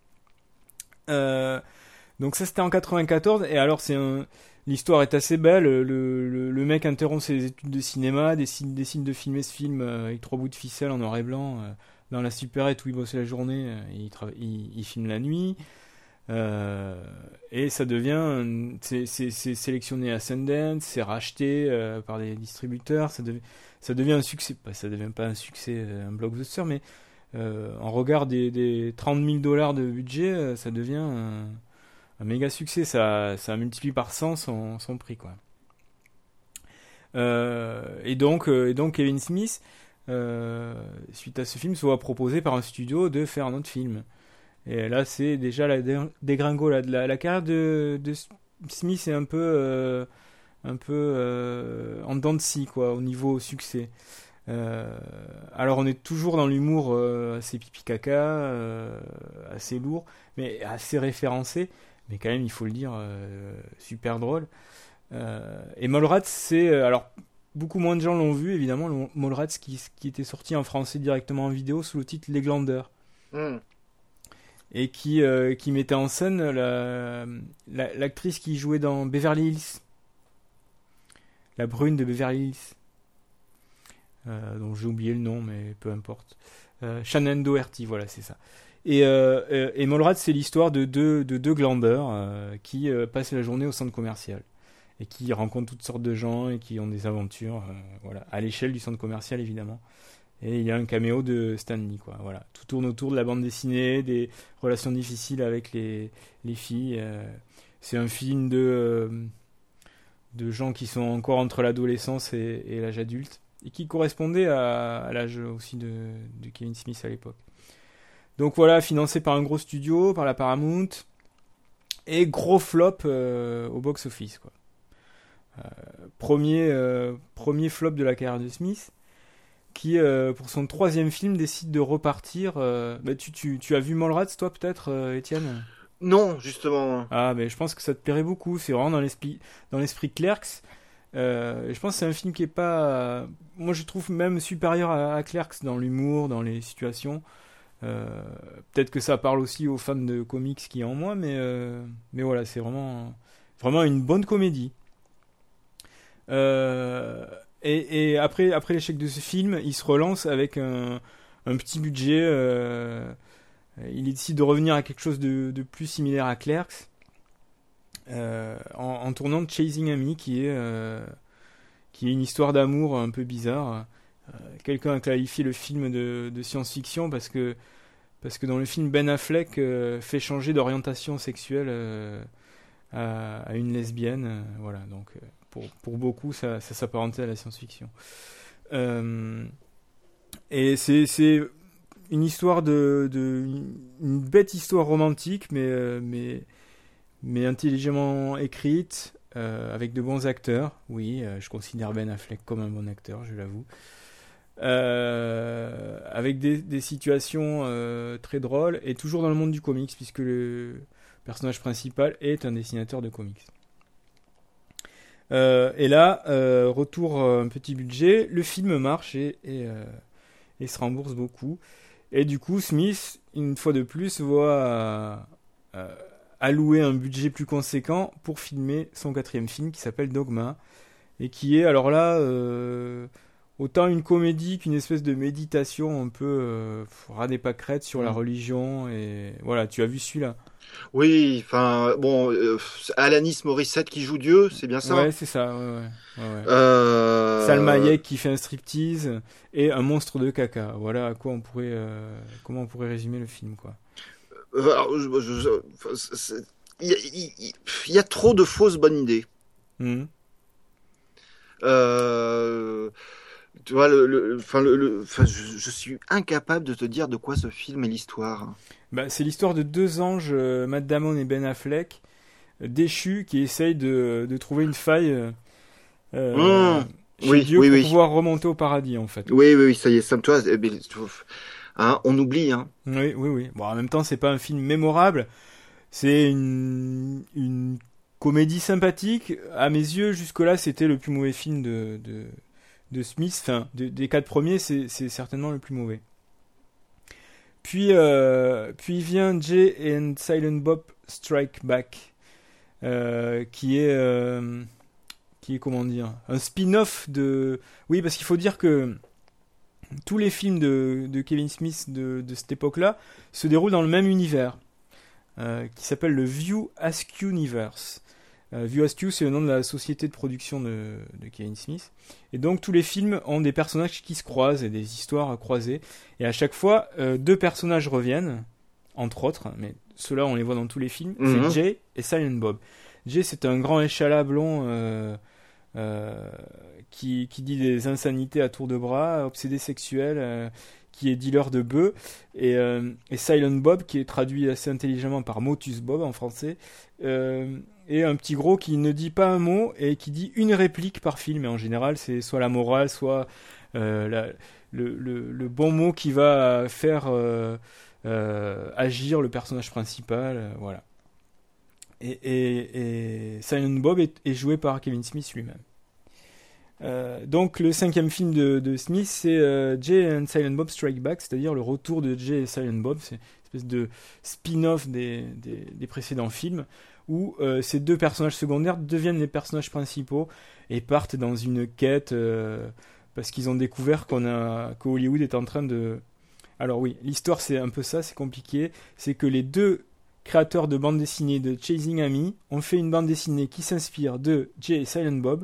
Euh, donc ça c'était en quatre-vingt-quatorze et alors c'est un, l'histoire est assez belle. Le, le, le mec interrompt ses études de cinéma, décide, décide de filmer ce film euh, avec trois bouts de ficelle en noir et blanc euh, dans la supérette où il bossait la journée euh, et il, trava- il, il filme la nuit. Euh, et ça devient, c'est, c'est, c'est sélectionné à Sundance, c'est racheté euh, par des distributeurs, ça, dev- ça devient un succès, pas, ça devient pas un succès, euh, un blockbuster, mais euh, en regard des, des trente mille dollars de budget, euh, ça devient un, un méga succès, ça, ça multiplie par cent son, son prix, quoi. Euh, et donc, euh, et donc Kevin Smith, euh, suite à ce film, se voit proposer par un studio de faire un autre film. Et là, c'est déjà la dé- dégringolade. La, la carrière de, de Smith est un peu, euh, un peu euh, en dents de scie, quoi, au niveau succès. Euh, alors, on est toujours dans l'humour euh, assez pipi-caca, euh, assez lourd, mais assez référencé. Mais quand même, il faut le dire, euh, super drôle. Euh, et Mallrats, c'est... euh, alors, beaucoup moins de gens l'ont vu, évidemment, le Mallrats qui, qui était sorti en français directement en vidéo sous le titre Les Glandeurs. Mmh. Et qui, euh, qui mettait en scène la, la- l'actrice qui jouait dans Beverly Hills, la brune de Beverly Hills, euh, dont j'ai oublié le nom, mais peu importe. Euh, Shannon Doherty, voilà, c'est ça. Et, euh, euh, et Mallrats, c'est l'histoire de deux, de deux glandeurs euh, qui euh, passent la journée au centre commercial et qui rencontrent toutes sortes de gens et qui ont des aventures, euh, voilà, à l'échelle du centre commercial évidemment. Et il y a un caméo de Stanley, quoi. Voilà, tout tourne autour de la bande dessinée, des relations difficiles avec les, les filles. euh. C'est un film de, euh, de gens qui sont encore entre l'adolescence et, et l'âge adulte, et qui correspondait à, à l'âge aussi de, de Kevin Smith à l'époque. Donc voilà, financé par un gros studio, par la Paramount, et gros flop euh, au box-office, quoi. Euh, premier, euh, premier flop de la carrière de Smith, qui, euh, pour son troisième film, décide de repartir. Euh, bah, tu, tu, tu as vu Mallrats, toi, peut-être, euh, Étienne ? Non, justement. Ah, mais je pense que ça te plairait beaucoup. C'est vraiment dans l'esprit, dans l'esprit Clerks. Euh, je pense que c'est un film qui est pas... euh, moi, je trouve même supérieur à, à Clerks dans l'humour, dans les situations. Euh, peut-être que ça parle aussi aux fans de comics qui en moi, mais, euh, mais voilà, c'est vraiment, vraiment une bonne comédie. Euh... Et, et après, après l'échec de ce film, il se relance avec un, un petit budget. Euh, il décide de revenir à quelque chose de, de plus similaire à Clerks, euh, en, en tournant Chasing Amy, qui est, euh, qui est une histoire d'amour un peu bizarre. Euh, quelqu'un a qualifié le film de, de science-fiction parce que parce que dans le film, Ben Affleck euh, fait changer d'orientation sexuelle euh, à, à une lesbienne. Euh, voilà, donc euh, pour, pour beaucoup, ça, ça s'apparentait à la science-fiction. Euh, et c'est, c'est une histoire de, de une bête histoire romantique, mais euh, mais mais intelligemment écrite, euh, avec de bons acteurs. Oui, euh, je considère Ben Affleck comme un bon acteur, je l'avoue. Euh, avec des, des situations euh, très drôles et toujours dans le monde du comics, puisque le personnage principal est un dessinateur de comics. Euh, et là, euh, retour euh, un petit budget, le film marche et, et, euh, et se rembourse beaucoup. Et du coup, Smith, une fois de plus, va euh, allouer un budget plus conséquent pour filmer son quatrième film qui s'appelle Dogma et qui est alors là euh, autant une comédie qu'une espèce de méditation un peu euh, ras des pâquerettes sur la religion. Et voilà, tu as vu celui-là? Oui, enfin, bon, euh, Alanis Morissette qui joue Dieu, c'est bien ça? Ouais, c'est ça. Ouais, ouais, ouais, ouais. Euh... Salma Hayek qui fait un striptease et un monstre de caca. Voilà à quoi on pourrait, euh, comment on pourrait résumer le film, quoi. Euh, alors, je- je- je- c'est- Il y, a- il y- il y a trop de fausses bonnes idées. Mhm. Euh, Tu vois, le, le, enfin, le, le- enfin, je, je suis incapable de te dire de quoi ce film est l'histoire. Bah, c'est l'histoire de deux anges, euh, Matt Damon et Ben Affleck, euh, déchus, qui essayent de, de trouver une faille euh, euh, Mmh. chez Oui, Dieu oui, pour oui. pouvoir remonter au paradis, en fait. Oui, oui, oui, ça y est, ça me, toi, eh ben, hein, on oublie, hein. Oui, oui, oui. Bon, en même temps, c'est pas un film mémorable. C'est une, une comédie sympathique. À mes yeux, jusque-là, c'était le plus mauvais film de, de, de Smith. Enfin, de- des quatre premiers, c'est, c'est certainement le plus mauvais. Puis, euh, puis vient Jay and Silent Bob Strike Back, euh, qui est, euh, qui est comment dire, un spin-off de. Oui, parce qu'il faut dire que tous les films de, de Kevin Smith de, de cette époque-là se déroulent dans le même univers, euh, qui s'appelle le View Askew Universe. Euh, View Askew, c'est le nom de la société de production de, de Kevin Smith. Et donc tous les films ont des personnages qui se croisent et des histoires croisées. Et à chaque fois, euh, deux personnages reviennent, entre autres, mais ceux-là on les voit dans tous les films. Mhm. C'est Jay et Silent Bob. Jay, c'est un grand échalas blond euh, euh, qui, qui dit des insanités à tour de bras, obsédé sexuel, euh, qui est dealer de bœufs. Et, euh, et Silent Bob, qui est traduit assez intelligemment par Motus Bob en français, euh, et un petit gros qui ne dit pas un mot et qui dit une réplique par film. Et en général, c'est soit la morale, soit euh, la, le, le, le bon mot qui va faire euh, euh, agir le personnage principal. Euh, voilà. Et, et, et Silent Bob est, est joué par Kevin Smith lui-même. Euh, donc le cinquième film de, de Smith, c'est euh, Jay and Silent Bob Strike Back, c'est-à-dire le retour de Jay et Silent Bob. C'est une espèce de spin-off des, des, des précédents films, où euh, ces deux personnages secondaires deviennent les personnages principaux et partent dans une quête euh, parce qu'ils ont découvert qu'on a, que Hollywood est en train de... Alors oui, l'histoire c'est un peu ça, c'est compliqué. C'est que les deux créateurs de bande dessinée de Chasing Amy ont fait une bande dessinée qui s'inspire de Jay et Silent Bob.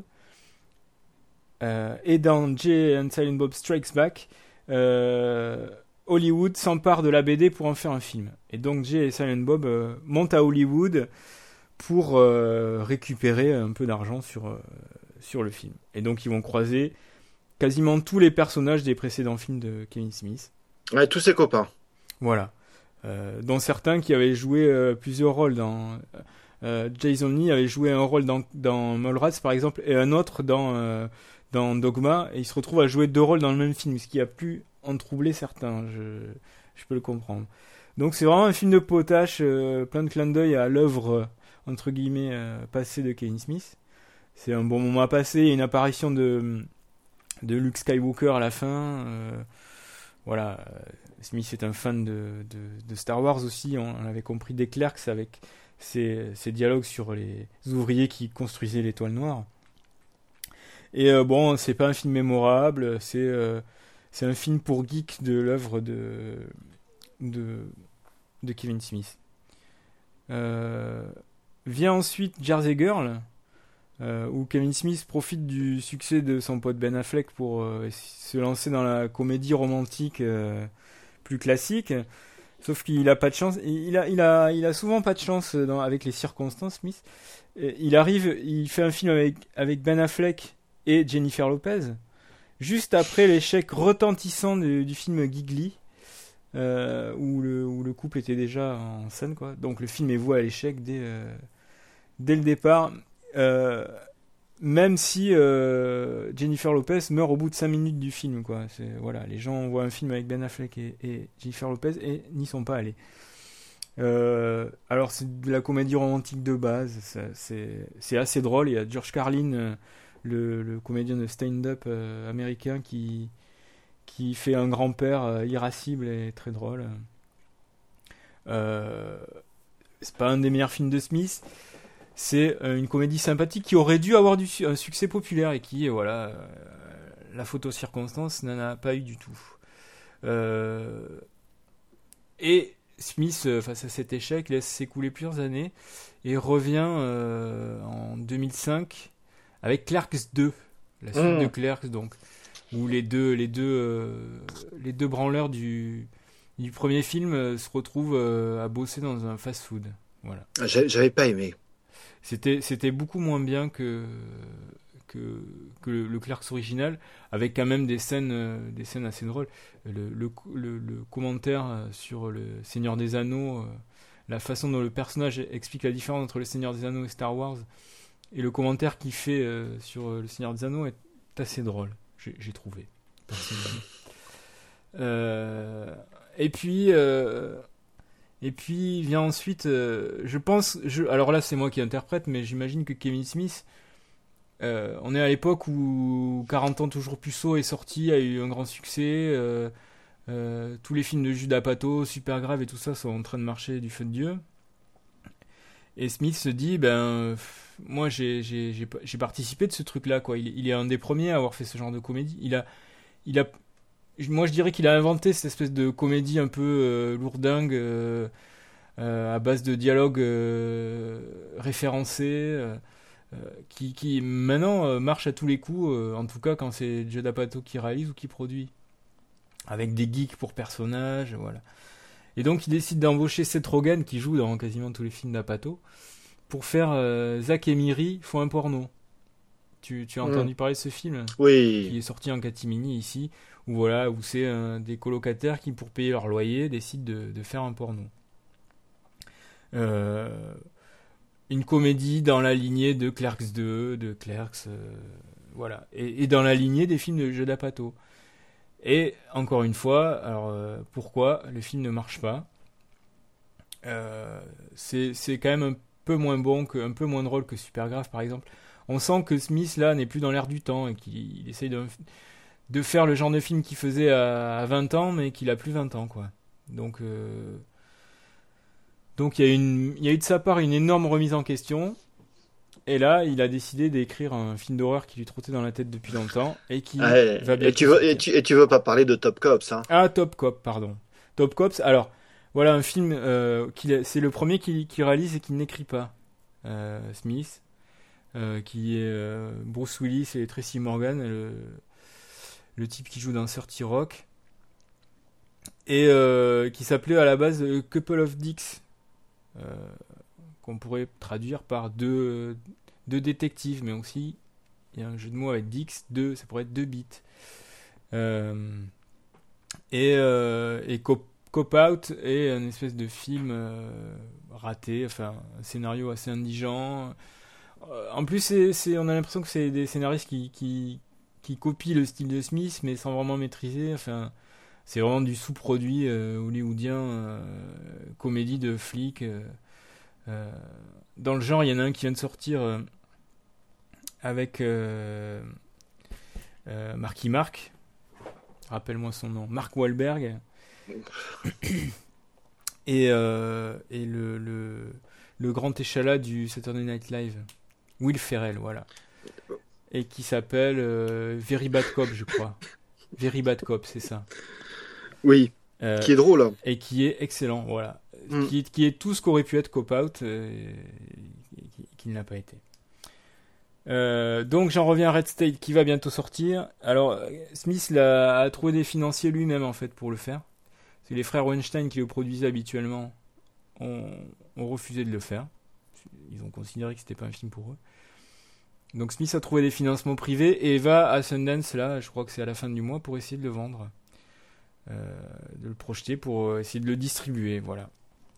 Euh, et dans Jay and Silent Bob Strikes Back, euh, Hollywood s'empare de la B D pour en faire un film. Et donc Jay et Silent Bob euh, montent à Hollywood pour euh, récupérer un peu d'argent sur, euh, sur le film. Et donc ils vont croiser quasiment tous les personnages des précédents films de Kevin Smith. Ouais, tous ses copains. Voilà. Euh, dont certains qui avaient joué euh, plusieurs rôles dans... Euh, Jason Lee avait joué un rôle dans, dans Mallrats par exemple, et un autre dans, euh, dans Dogma, et il se retrouve à jouer deux rôles dans le même film, ce qui a pu en troubler certains, je, je peux le comprendre. Donc c'est vraiment un film de potache, euh, plein de clins d'œil à l'œuvre euh, entre guillemets euh, passée de Kevin Smith. C'est un bon moment à passer, il y a une apparition de, de Luke Skywalker à la fin. Euh, voilà, Smith est un fan de, de, de Star Wars aussi, on, on avait compris dès Clerks avec ces, ces dialogues sur les ouvriers qui construisaient l'étoile noire. Et euh, bon, c'est pas un film mémorable, c'est, euh, c'est un film pour geeks de l'œuvre de, de, de Kevin Smith. Euh, vient ensuite Jersey Girl, euh, où Kevin Smith profite du succès de son pote Ben Affleck pour euh, se lancer dans la comédie romantique euh, plus classique. Sauf qu'il a pas de chance. Il a, il a, il a souvent pas de chance dans, avec les circonstances, Smith. Il arrive, il fait un film avec, avec Ben Affleck et Jennifer Lopez, juste après l'échec retentissant du, du film Gigli, euh, où, le, où le couple était déjà en scène, quoi. Donc le film est voué à l'échec dès, euh, dès le départ. Euh, même si euh, Jennifer Lopez meurt au bout de cinq minutes du film, quoi. C'est, voilà, les gens voient un film avec Ben Affleck et, et Jennifer Lopez et n'y sont pas allés. Euh, alors c'est de la comédie romantique de base, ça, c'est, c'est assez drôle. Il y a George Carlin, euh, le, le comédien de stand-up euh, américain, qui, qui fait un grand-père euh, irascible et très drôle. Euh, c'est pas un des meilleurs films de Smith. C'est une comédie sympathique qui aurait dû avoir du, un succès populaire et qui, voilà, euh, la photo circonstance n'en a pas eu du tout. Euh, et Smith, euh, face à cet échec, laisse s'écouler plusieurs années et revient euh, en deux mille cinq avec Clerks deux, la suite mmh. de Clerks, donc, où les deux, les deux, euh, les deux branleurs du, du premier film euh, se retrouvent euh, à bosser dans un fast-food. Voilà. J'avais pas aimé. C'était, c'était beaucoup moins bien que, que, que le, le Clerks original, avec quand même des scènes, euh, des scènes assez drôles. Le, le, le, le commentaire sur le Seigneur des Anneaux, euh, la façon dont le personnage explique la différence entre le Seigneur des Anneaux et Star Wars, et le commentaire qu'il fait euh, sur le Seigneur des Anneaux est assez drôle, j'ai, j'ai trouvé. Euh, et puis... Euh, Et puis vient ensuite, euh, je pense, je, alors là c'est moi qui interprète, mais j'imagine que Kevin Smith, euh, on est à l'époque où quarante ans toujours puceau est sorti, a eu un grand succès, euh, euh, tous les films de Judd Apatow, Supergrave et tout ça sont en train de marcher du feu de Dieu. Et Smith se dit, ben, moi j'ai, j'ai, j'ai, j'ai participé de ce truc-là, quoi. Il, il est un des premiers à avoir fait ce genre de comédie. Il a, il a Moi, je dirais qu'il a inventé cette espèce de comédie un peu euh, lourdingue, euh, euh, à base de dialogues euh, référencés, euh, euh, qui, qui maintenant euh, marche à tous les coups, euh, en tout cas quand c'est Judd Apatow qui réalise ou qui produit, avec des geeks pour personnages, voilà. Et donc, il décide d'embaucher Seth Rogen, qui joue dans quasiment tous les films d'Apatow, pour faire euh, Zack et Miri font un porno. Tu, tu as entendu mmh. parler de ce film ? Oui. Qui est sorti en catimini ici, où voilà, où c'est euh, des colocataires qui, pour payer leur loyer, décident de, de faire un porno. Euh, une comédie dans la lignée de Clerks deux, de Clerks, euh, voilà, et, et dans la lignée des films de Judd Apatow. Et encore une fois, alors euh, pourquoi le film ne marche pas ? euh, c'est, c'est quand même un peu moins bon, que, un peu moins drôle que Supergrave par exemple. On sent que Smith là n'est plus dans l'air du temps et qu'il il essaye de, de faire le genre de film qu'il faisait à, à vingt ans, mais qu'il a plus vingt ans, quoi. Donc, euh, donc il y a une, il y a eu de sa part une énorme remise en question. Et là, il a décidé d'écrire un film d'horreur qui lui trottait dans la tête depuis longtemps et qui ah, et, va bien. Et tu veux, et tu, et tu veux pas parler de Top Cops, hein ? Ah, Top Cop, pardon. Top Cops. Alors, voilà un film. Euh, qu'il, c'est le premier qu'il, qu'il réalise et qu'il n'écrit pas. Euh, Smith. Euh, qui est euh, Bruce Willis et Tracy Morgan, le, le type qui joue dans thirty Rock, et euh, qui s'appelait à la base A Couple of Dicks, euh, qu'on pourrait traduire par deux, deux détectives, mais aussi il y a un jeu de mots avec Dicks, deux, ça pourrait être deux bits. Euh, et euh, et Cop, Cop Out est un espèce de film euh, raté, enfin un scénario assez indigent. En plus, c'est, c'est, on a l'impression que c'est des scénaristes qui, qui, qui copient le style de Smith, mais sans vraiment maîtriser. Enfin, c'est vraiment du sous-produit euh, hollywoodien, euh, comédie de flics. Euh, euh, dans le genre, il y en a un qui vient de sortir euh, avec euh, euh, Marky Mark. Rappelle-moi son nom. Mark Wahlberg. et euh, et le, le, le grand échalas du Saturday Night Live. Will Ferrell, voilà. Et qui s'appelle euh, Very Bad Cop, je crois. Very Bad Cop, c'est ça. Oui, euh, qui est drôle. Hein. Et qui est excellent, voilà. Mm. Qui, qui est tout ce qu'aurait pu être Cop Out, euh, et, et, qui, qui ne l'a pas été. Euh, donc j'en reviens à Red State, qui va bientôt sortir. Alors, Smith l'a, a trouvé des financiers lui-même, en fait, pour le faire. C'est les frères Weinstein qui le produisaient habituellement ont, ont refusé de le faire. Ils ont considéré que c'était pas un film pour eux. Donc Smith a trouvé des financements privés et va à Sundance, là, je crois que c'est à la fin du mois, pour essayer de le vendre. Euh, de le projeter, pour essayer de le distribuer, voilà.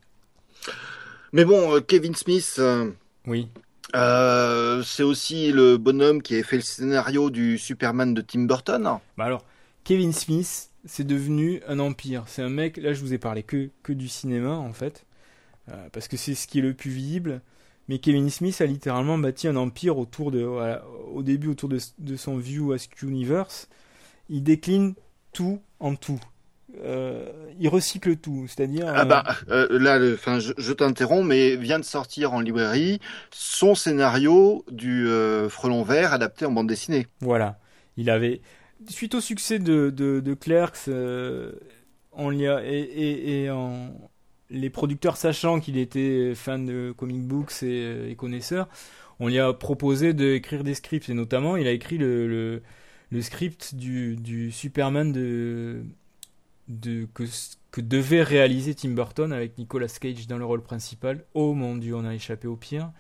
Mais bon, euh, Kevin Smith, euh, Oui. euh, c'est aussi le bonhomme qui a fait le scénario du Superman de Tim Burton. Bah alors, Kevin Smith, c'est devenu un empire. C'est un mec, là je vous ai parlé que, que du cinéma en fait, euh, parce que c'est ce qui est le plus visible. Mais Kevin Smith a littéralement bâti un empire autour de, voilà, au début autour de, de son View Ask Universe. Il décline tout en tout. Euh, il recycle tout, c'est-à-dire. Ah bah euh, là, enfin, je, je t'interromps, mais vient de sortir en librairie son scénario du euh, Frelon Vert adapté en bande dessinée. Voilà, il avait suite au succès de de, de Clerks, euh, on y a et, et, et en les producteurs sachant qu'il était fan de comic books et, et connaisseur, on lui a proposé d'écrire des scripts et notamment il a écrit le le, le script du du Superman de de que que devait réaliser Tim Burton avec Nicolas Cage dans le rôle principal. Oh mon Dieu, on a échappé au pire.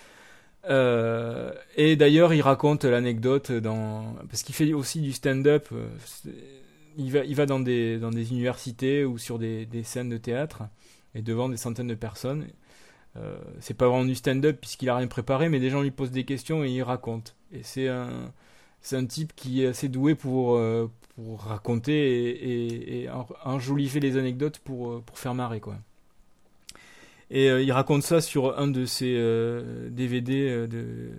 Euh, et d'ailleurs, il raconte l'anecdote dans parce qu'il fait aussi du stand-up. Il va il va dans des dans des universités ou sur des des scènes de théâtre et devant des centaines de personnes. Euh, c'est pas vraiment du stand-up puisqu'il a rien préparé, mais des gens lui posent des questions et il raconte. Et c'est un c'est un type qui est assez doué pour euh, pour raconter et, et, et enjoliver les anecdotes pour, pour faire marrer, quoi. Et euh, il raconte ça sur un de ses euh, D V D euh, de,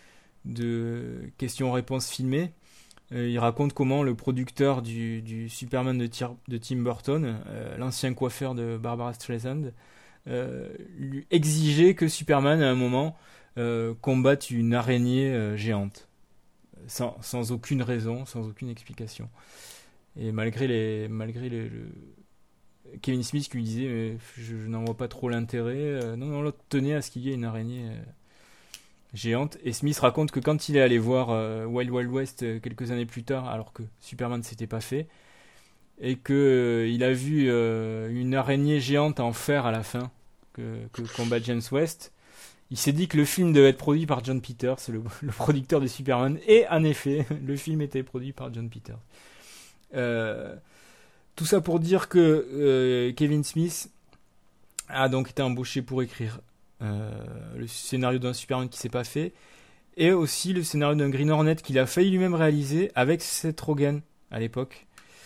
de questions-réponses filmées. Euh, il raconte comment le producteur du, du Superman de, Tir, de Tim Burton, euh, l'ancien coiffeur de Barbara Streisand, euh, lui exigeait que Superman, à un moment, euh, combatte une araignée euh, géante. Sans, sans aucune raison, sans aucune explication. Et malgré les, malgré les, le Kevin Smith qui lui disait mais je, je n'en vois pas trop l'intérêt. Euh, non, non, l'autre tenait à ce qu'il y ait une araignée euh, géante. Et Smith raconte que quand il est allé voir euh, Wild Wild West euh, quelques années plus tard, alors que Superman ne s'était pas fait, et que euh, il a vu euh, une araignée géante en fer à la fin que, que combat James West. Il s'est dit que le film devait être produit par John Peters, le, le producteur de Superman. Et en effet, le film était produit par John Peters. Euh, tout ça pour dire que euh, Kevin Smith a donc été embauché pour écrire euh, le scénario d'un Superman qui s'est pas fait. Et aussi le scénario d'un Green Hornet qu'il a failli lui-même réaliser avec Seth Rogen à l'époque.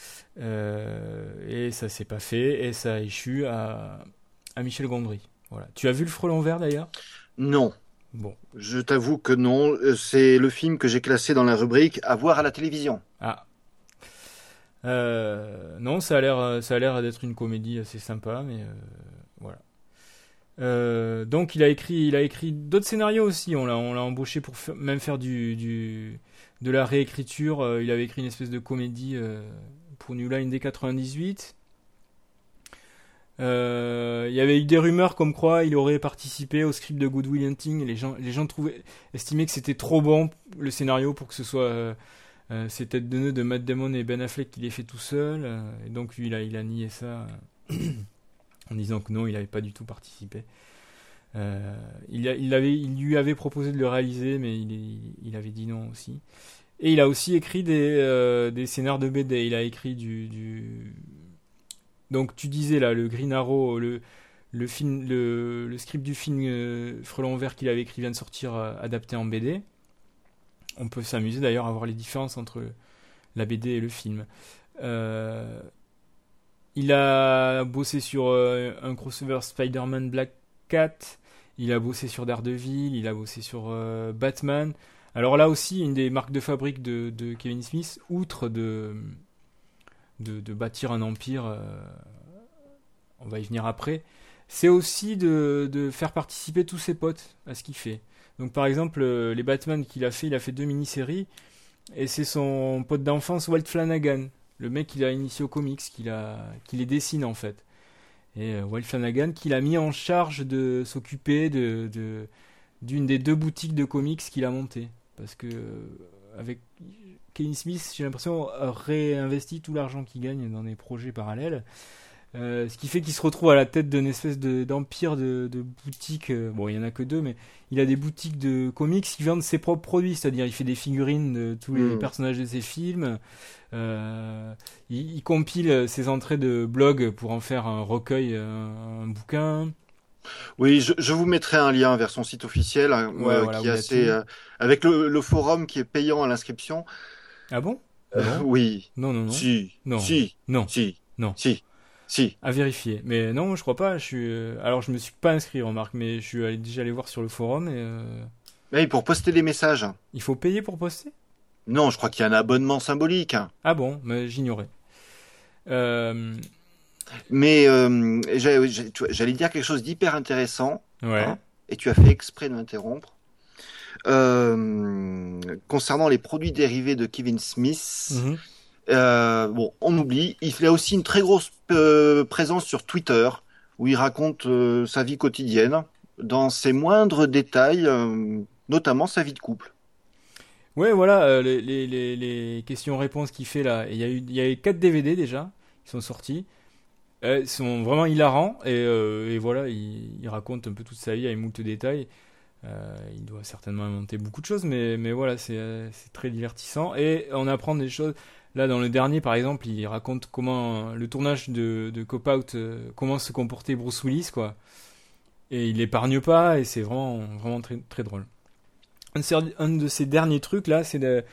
Euh, et ça s'est pas fait. Et ça a échu à, à Michel Gondry. Voilà. Tu as vu le Frelon Vert d'ailleurs ? Non. Bon. Je t'avoue que non. C'est le film que j'ai classé dans la rubrique à voir à la télévision. Ah. Euh, non, ça a l'air, ça a l'air d'être une comédie assez sympa, mais euh, voilà. Euh, donc il a écrit, il a écrit d'autres scénarios aussi. On l'a, on l'a embauché pour f- même faire du, du, de la réécriture. Euh, il avait écrit une espèce de comédie euh, pour New Line dès quatre-vingt-dix-huit. Euh, il y avait eu des rumeurs comme quoi il aurait participé au script de Good Will Hunting. Les gens, les gens trouvaient, estimaient que c'était trop bon le scénario pour que ce soit euh, euh, ces têtes de nœuds de Matt Damon et Ben Affleck qui l'ait fait tout seul. Euh, et donc lui, il a, il a nié ça euh, en disant que non, il n'avait pas du tout participé. Euh, il, a, il, avait, il lui avait proposé de le réaliser, mais il, il, il avait dit non aussi. Et il a aussi écrit des, euh, des scénars de B D. Il a écrit du, du donc tu disais là le Green Arrow, le le film, le, le script du film euh, Frelon Vert qu'il avait écrit vient de sortir euh, adapté en B D. On peut s'amuser d'ailleurs à voir les différences entre la B D et le film. Euh, il a bossé sur euh, un crossover Spider-Man Black Cat. Il a bossé sur Daredevil. Il a bossé sur euh, Batman. Alors là aussi une des marques de fabrique de, de Kevin Smith, outre de De, de bâtir un empire, euh, on va y venir après, c'est aussi de, de faire participer tous ses potes à ce qu'il fait. Donc par exemple, euh, les Batman qu'il a fait, il a fait deux mini-séries, et c'est son pote d'enfance Walt Flanagan, le mec qu'il a initié aux comics, qu'il a, qui les dessine en fait. Et euh, Walt Flanagan qui l'a mis en charge de s'occuper de, de, d'une des deux boutiques de comics qu'il a montées. Parce que euh, avec Kevin Smith, j'ai l'impression, réinvestit tout l'argent qu'il gagne dans des projets parallèles. Euh, ce qui fait qu'il se retrouve à la tête d'une espèce de, d'empire de, de boutiques. Euh, bon, il y en a que deux, mais il a des boutiques de comics qui vendent ses propres produits. C'est-à-dire, il fait des figurines de tous les Mm. personnages de ses films. Euh, il, il compile ses entrées de blog pour en faire un recueil, un, un bouquin. Oui, je, je vous mettrai un lien vers son site officiel hein, Ouais, euh, voilà, qui est où il y a assez tout. euh, avec le, le forum qui est payant à l'inscription. Ah bon? Euh, Non, oui, non, non, non, si, non, si, non, si, non. si, si. À vérifier. Mais non, je crois pas. Je suis. euh, Alors, je me suis pas inscrit, remarque, mais je suis allé- déjà allé voir sur le forum et euh, Oui, pour poster des messages. il faut payer pour poster? Non, je crois qu'il y a un abonnement symbolique. hein. Ah bon, mais j'ignorais. Euh, Mais euh, j'allais j'ai- tu vois, j'allais dire quelque chose d'hyper intéressant, ouais. hein, et tu as fait exprès de m'interrompre. Euh, concernant les produits dérivés de Kevin Smith, Mhm. euh, bon, on oublie, il a aussi une très grosse euh, présence sur Twitter, où il raconte euh, sa vie quotidienne, dans ses moindres détails, euh, notamment sa vie de couple. Ouais, voilà, euh, les, les, les, les questions-réponses qu'il fait là. Et Il y a eu, il y a eu quatre D V D déjà qui sont sortis. Euh, ils sont vraiment hilarants et, euh, et voilà, il, il raconte un peu toute sa vie avec moult détails. Euh, il doit certainement inventer beaucoup de choses, mais, mais voilà, c'est, euh, c'est très divertissant. Et on apprend des choses. Là, dans le dernier, par exemple, il raconte comment le tournage de, de Cop Out, euh, comment se comportait Bruce Willis, quoi. Et il épargne pas, et c'est vraiment, vraiment très, très drôle. Un de, ses, un de ses derniers trucs, là, c'est de,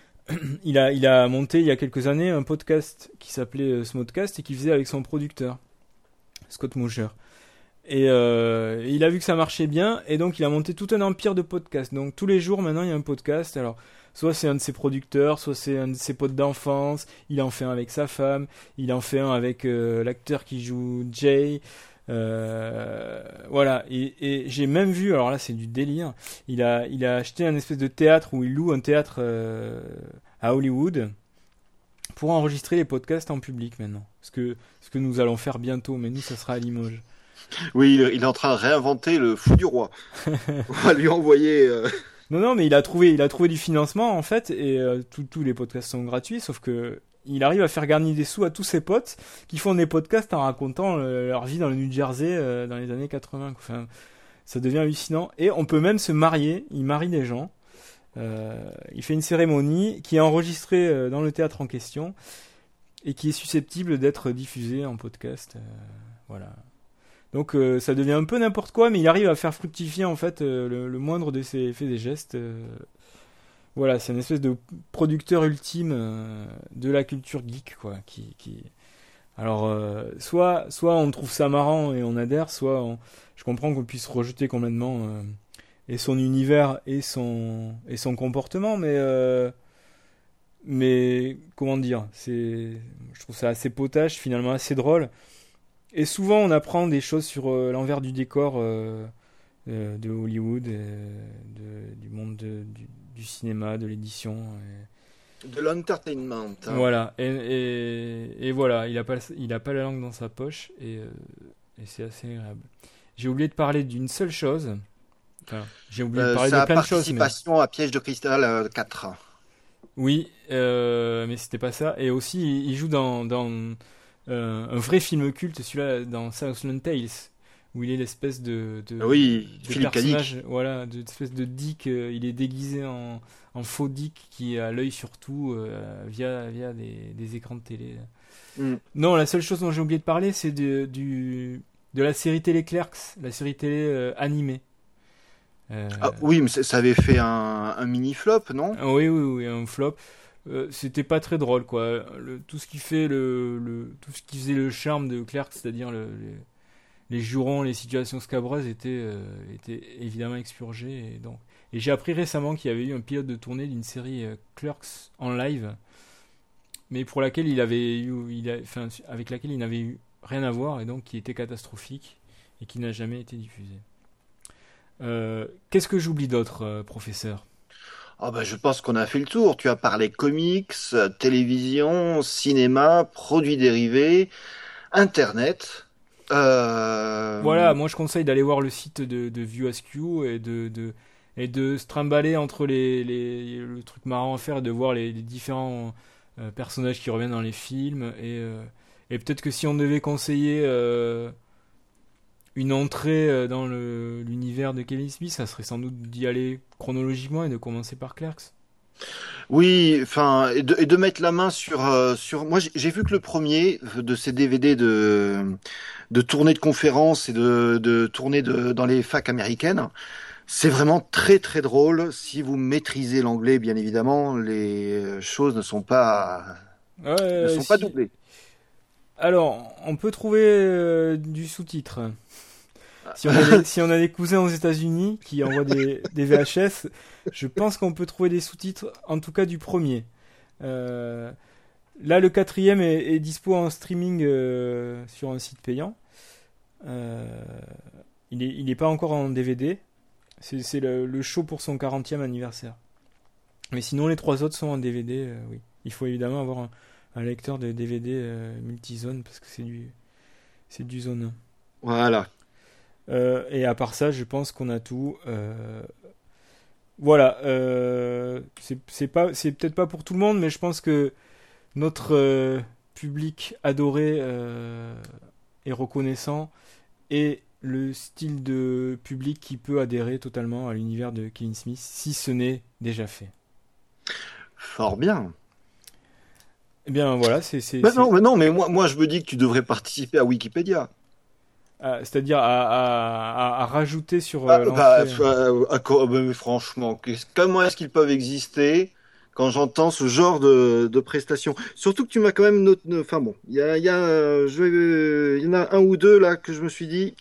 il a, il a monté il y a quelques années un podcast qui s'appelait euh, Smodcast et qu'il faisait avec son producteur, Scott Mosher. Et euh, il a vu que ça marchait bien et donc il a monté tout un empire de podcasts. Donc tous les jours maintenant il y a un podcast. Alors soit c'est un de ses producteurs, soit c'est un de ses potes d'enfance. Il en fait un avec sa femme, il en fait un avec euh, l'acteur qui joue Jay. Euh, voilà, et, et j'ai même vu, alors là c'est du délire, il a, il a acheté un espèce de théâtre où il loue un théâtre euh, à Hollywood pour enregistrer les podcasts en public maintenant. Ce que, ce que nous allons faire bientôt, mais nous ça sera à Limoges. Oui, il, il est en train de réinventer le fou du roi. On va lui envoyer... euh, Non, non, mais il a trouvé, il a trouvé du financement en fait, et euh, tous tous les podcasts sont gratuits, sauf que il arrive à faire gagner des sous à tous ses potes qui font des podcasts en racontant euh, leur vie dans le New Jersey euh, dans les années quatre-vingts. Enfin, ça devient hallucinant. Et on peut même se marier. Il marie des gens. Euh, il fait une cérémonie qui est enregistrée euh, dans le théâtre en question et qui est susceptible d'être diffusée en podcast. Euh, voilà. Donc euh, ça devient un peu n'importe quoi, mais il arrive à faire fructifier en fait euh, le, le moindre de ses faits et gestes. Euh, voilà, c'est une espèce de producteur ultime euh, de la culture geek, quoi. Qui, qui... Alors, euh, soit, soit on trouve ça marrant et on adhère, soit on... je comprends qu'on puisse rejeter complètement euh, et son univers et son et son comportement, mais euh, mais comment dire, c'est, je trouve ça assez potache, finalement assez drôle. Et souvent, on apprend des choses sur euh, l'envers du décor euh, euh, de Hollywood, euh, de, du monde de- du, du cinéma, de l'édition. et- de l'entertainment. hein. Voilà. Et, et, et voilà, il a pas, il a pas la langue dans sa poche et, euh, et c'est assez agréable. J'ai oublié de parler d'une seule chose. Enfin, j'ai oublié de Euh, parler sa de plein de choses, mais participation à Piège de cristal euh, quatre. oui, euh, mais c'était pas ça. Et aussi, il, il joue dans, dans euh, un vrai film culte, celui-là, dans Southland Tales, où il est l'espèce de, de, Oui, de Philippe personnage, Cadic. voilà, de espèce de Dick. euh, il est déguisé en, en faux Dick qui a l'œil sur tout euh, via, via des, des écrans de télé. Mm. Non, la seule chose dont j'ai oublié de parler, c'est de, du, de la série télé Clerks, la série télé euh, animée. Euh, Ah, oui, mais ça ça avait fait un, un mini flop, non? Ah oui, oui, oui, un flop. Euh, c'était pas très drôle, quoi. Le- tout ce qui fait le, le- tout ce qui faisait le charme de Clerks, c'est-à-dire le- les, les jurons, les situations scabreuses, étaient, euh, étaient évidemment expurgés. Et donc, et j'ai appris récemment qu'il y avait eu un pilote de tournée d'une série euh, Clerks en live, mais pour laquelle il avait eu, il a, enfin, avec laquelle il n'avait eu rien à voir et donc qui était catastrophique et qui n'a jamais été diffusée. Euh, qu'est-ce que j'oublie d'autre, euh, professeur? Ah bah, je pense qu'on a fait le tour. Tu as parlé comics, euh, télévision, cinéma, produits dérivés, Internet. Euh... Voilà, moi je conseille d'aller voir le site de, de View Askew et de, de, et de se trimballer entre les, les, le truc marrant à faire et de voir les, les différents euh, personnages qui reviennent dans les films et, euh, Et peut-être que si on devait conseiller euh, une entrée dans le, l'univers de Kevin Smith, ça serait sans doute d'y aller chronologiquement et de commencer par Clerks. Oui, enfin, et de, et de mettre la main sur, euh, sur. Moi, j'ai j'ai vu que le premier de ces D V D de, de tournée de conférences et de, de tournée de, dans les facs américaines, c'est vraiment très très drôle. Si vous maîtrisez l'anglais, bien évidemment, les choses ne sont pas, Ouais, ne sont si... pas doublées. Alors, on peut trouver euh, du sous-titre. Si on, a des, si on a des cousins aux États-Unis qui envoient des, des V H S, je pense qu'on peut trouver des sous-titres, en tout cas du premier. Euh, là, le quatrième est, est dispo en streaming euh, sur un site payant. Euh, il est, il est pas encore en D V D. C'est, c'est le, le show pour son quarantième anniversaire. Mais sinon, les trois autres sont en D V D. Euh, oui, il faut évidemment avoir un, un lecteur de D V D euh, multizone parce que c'est du, c'est du zone un. Voilà. Euh, et à part ça, je pense qu'on a tout. Euh, voilà. Euh, c'est, c'est pas, c'est peut-être pas pour tout le monde, mais je pense que notre euh, public adoré euh, et reconnaissant est le style de public qui peut adhérer totalement à l'univers de Kevin Smith, si ce n'est déjà fait. Fort bien. Eh bien, voilà, c'est... c'est, Mais c'est... non, mais non, mais moi, moi, je me dis que tu devrais participer à Wikipédia. Ah, c'est-à-dire à, à, à, à rajouter sur euh, Ah, bah, l'entrée. euh, à quoi- mais franchement, qu'est-ce- comment est-ce qu'ils peuvent exister quand j'entends ce genre de, de prestations? Surtout que tu m'as quand même noté. Enfin bon, il y a, il y a, euh, je vais, euh, il y en a un ou deux là que je me suis dit,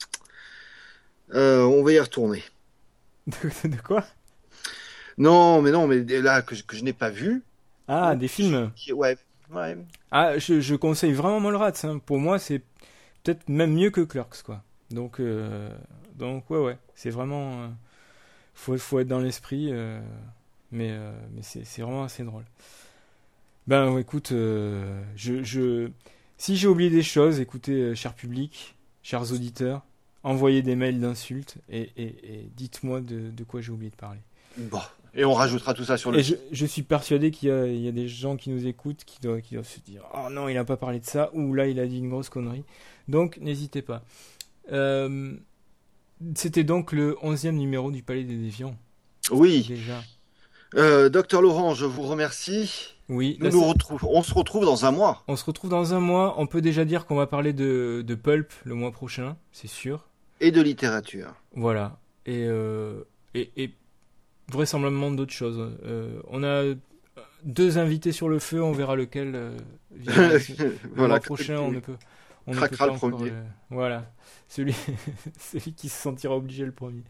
euh, on va y retourner. De, de quoi? Non, mais non, mais là que je, que je n'ai pas vu. Ah, des films. Ouais, ouais. Ah, je, je conseille vraiment Mallrats. Hein. Pour moi, c'est peut-être même mieux que Clerks, quoi. Donc, euh, donc ouais, ouais. C'est vraiment... Euh, faut, faut être dans l'esprit. Euh, mais euh, mais c'est, c'est vraiment assez drôle. Ben, ouais, écoute, euh, je, je... si j'ai oublié des choses, écoutez, euh, cher public, chers auditeurs, envoyez des mails d'insultes et, et, et dites-moi de, de quoi j'ai oublié de parler. Bon, et on rajoutera tout ça sur le Et je, site. je suis persuadé qu'il y a, il y a des gens qui nous écoutent qui doivent, qui doivent se dire « Oh non, il n'a pas parlé de ça » ou « Là, il a dit une grosse connerie ». Donc, n'hésitez pas. Euh, c'était donc le onzième numéro du Palais des Déviants. Oui, Déjà. euh, docteur Laurent, je vous remercie. Oui. Nous Là, nous c'est- retrouvons, on se retrouve dans un mois. on se retrouve dans un mois. On peut déjà dire qu'on va parler de, de Pulp le mois prochain, c'est sûr. Et de littérature. Voilà. Et, euh, et, et vraisemblablement d'autres choses. Euh, on a deux invités sur le feu, on verra lequel euh, viendra. Le Voilà. mois prochain, on ne peut, on ne peut Craquera pas le encore. premier. euh, voilà, celui, celui qui se sentira obligé le premier.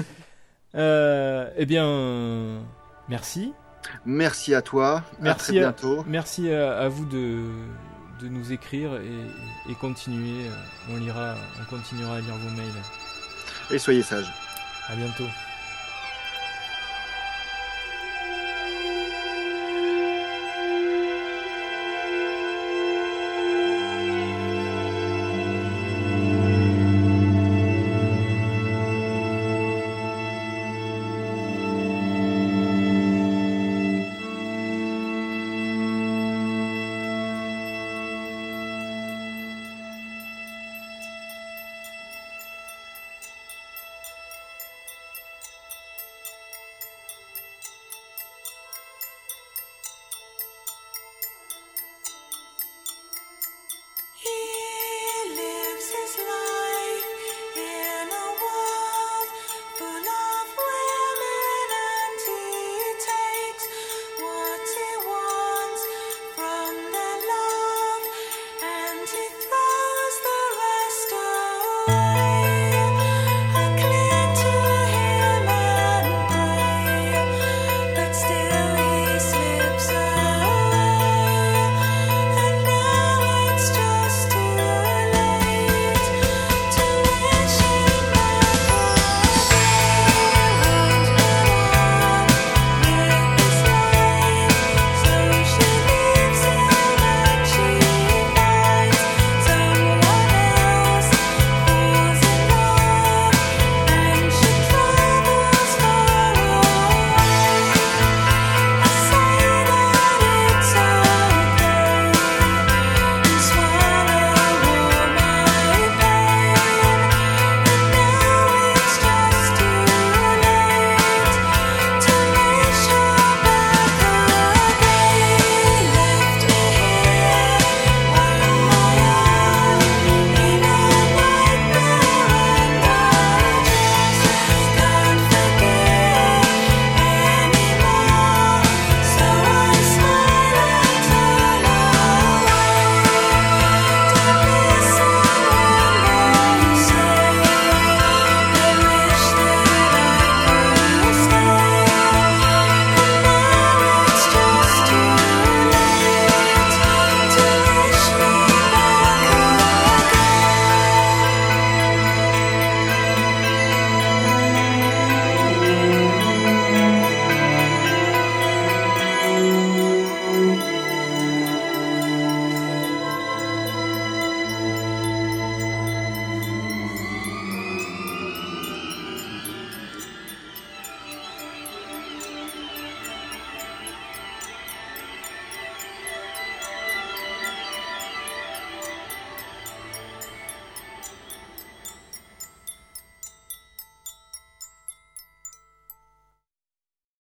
euh, eh bien, euh, merci, Merci à toi. Merci à à- très bientôt. merci à, à vous de, de nous écrire et, et continuer. On lira, on continuera à lire vos mails. Et soyez sages. À bientôt.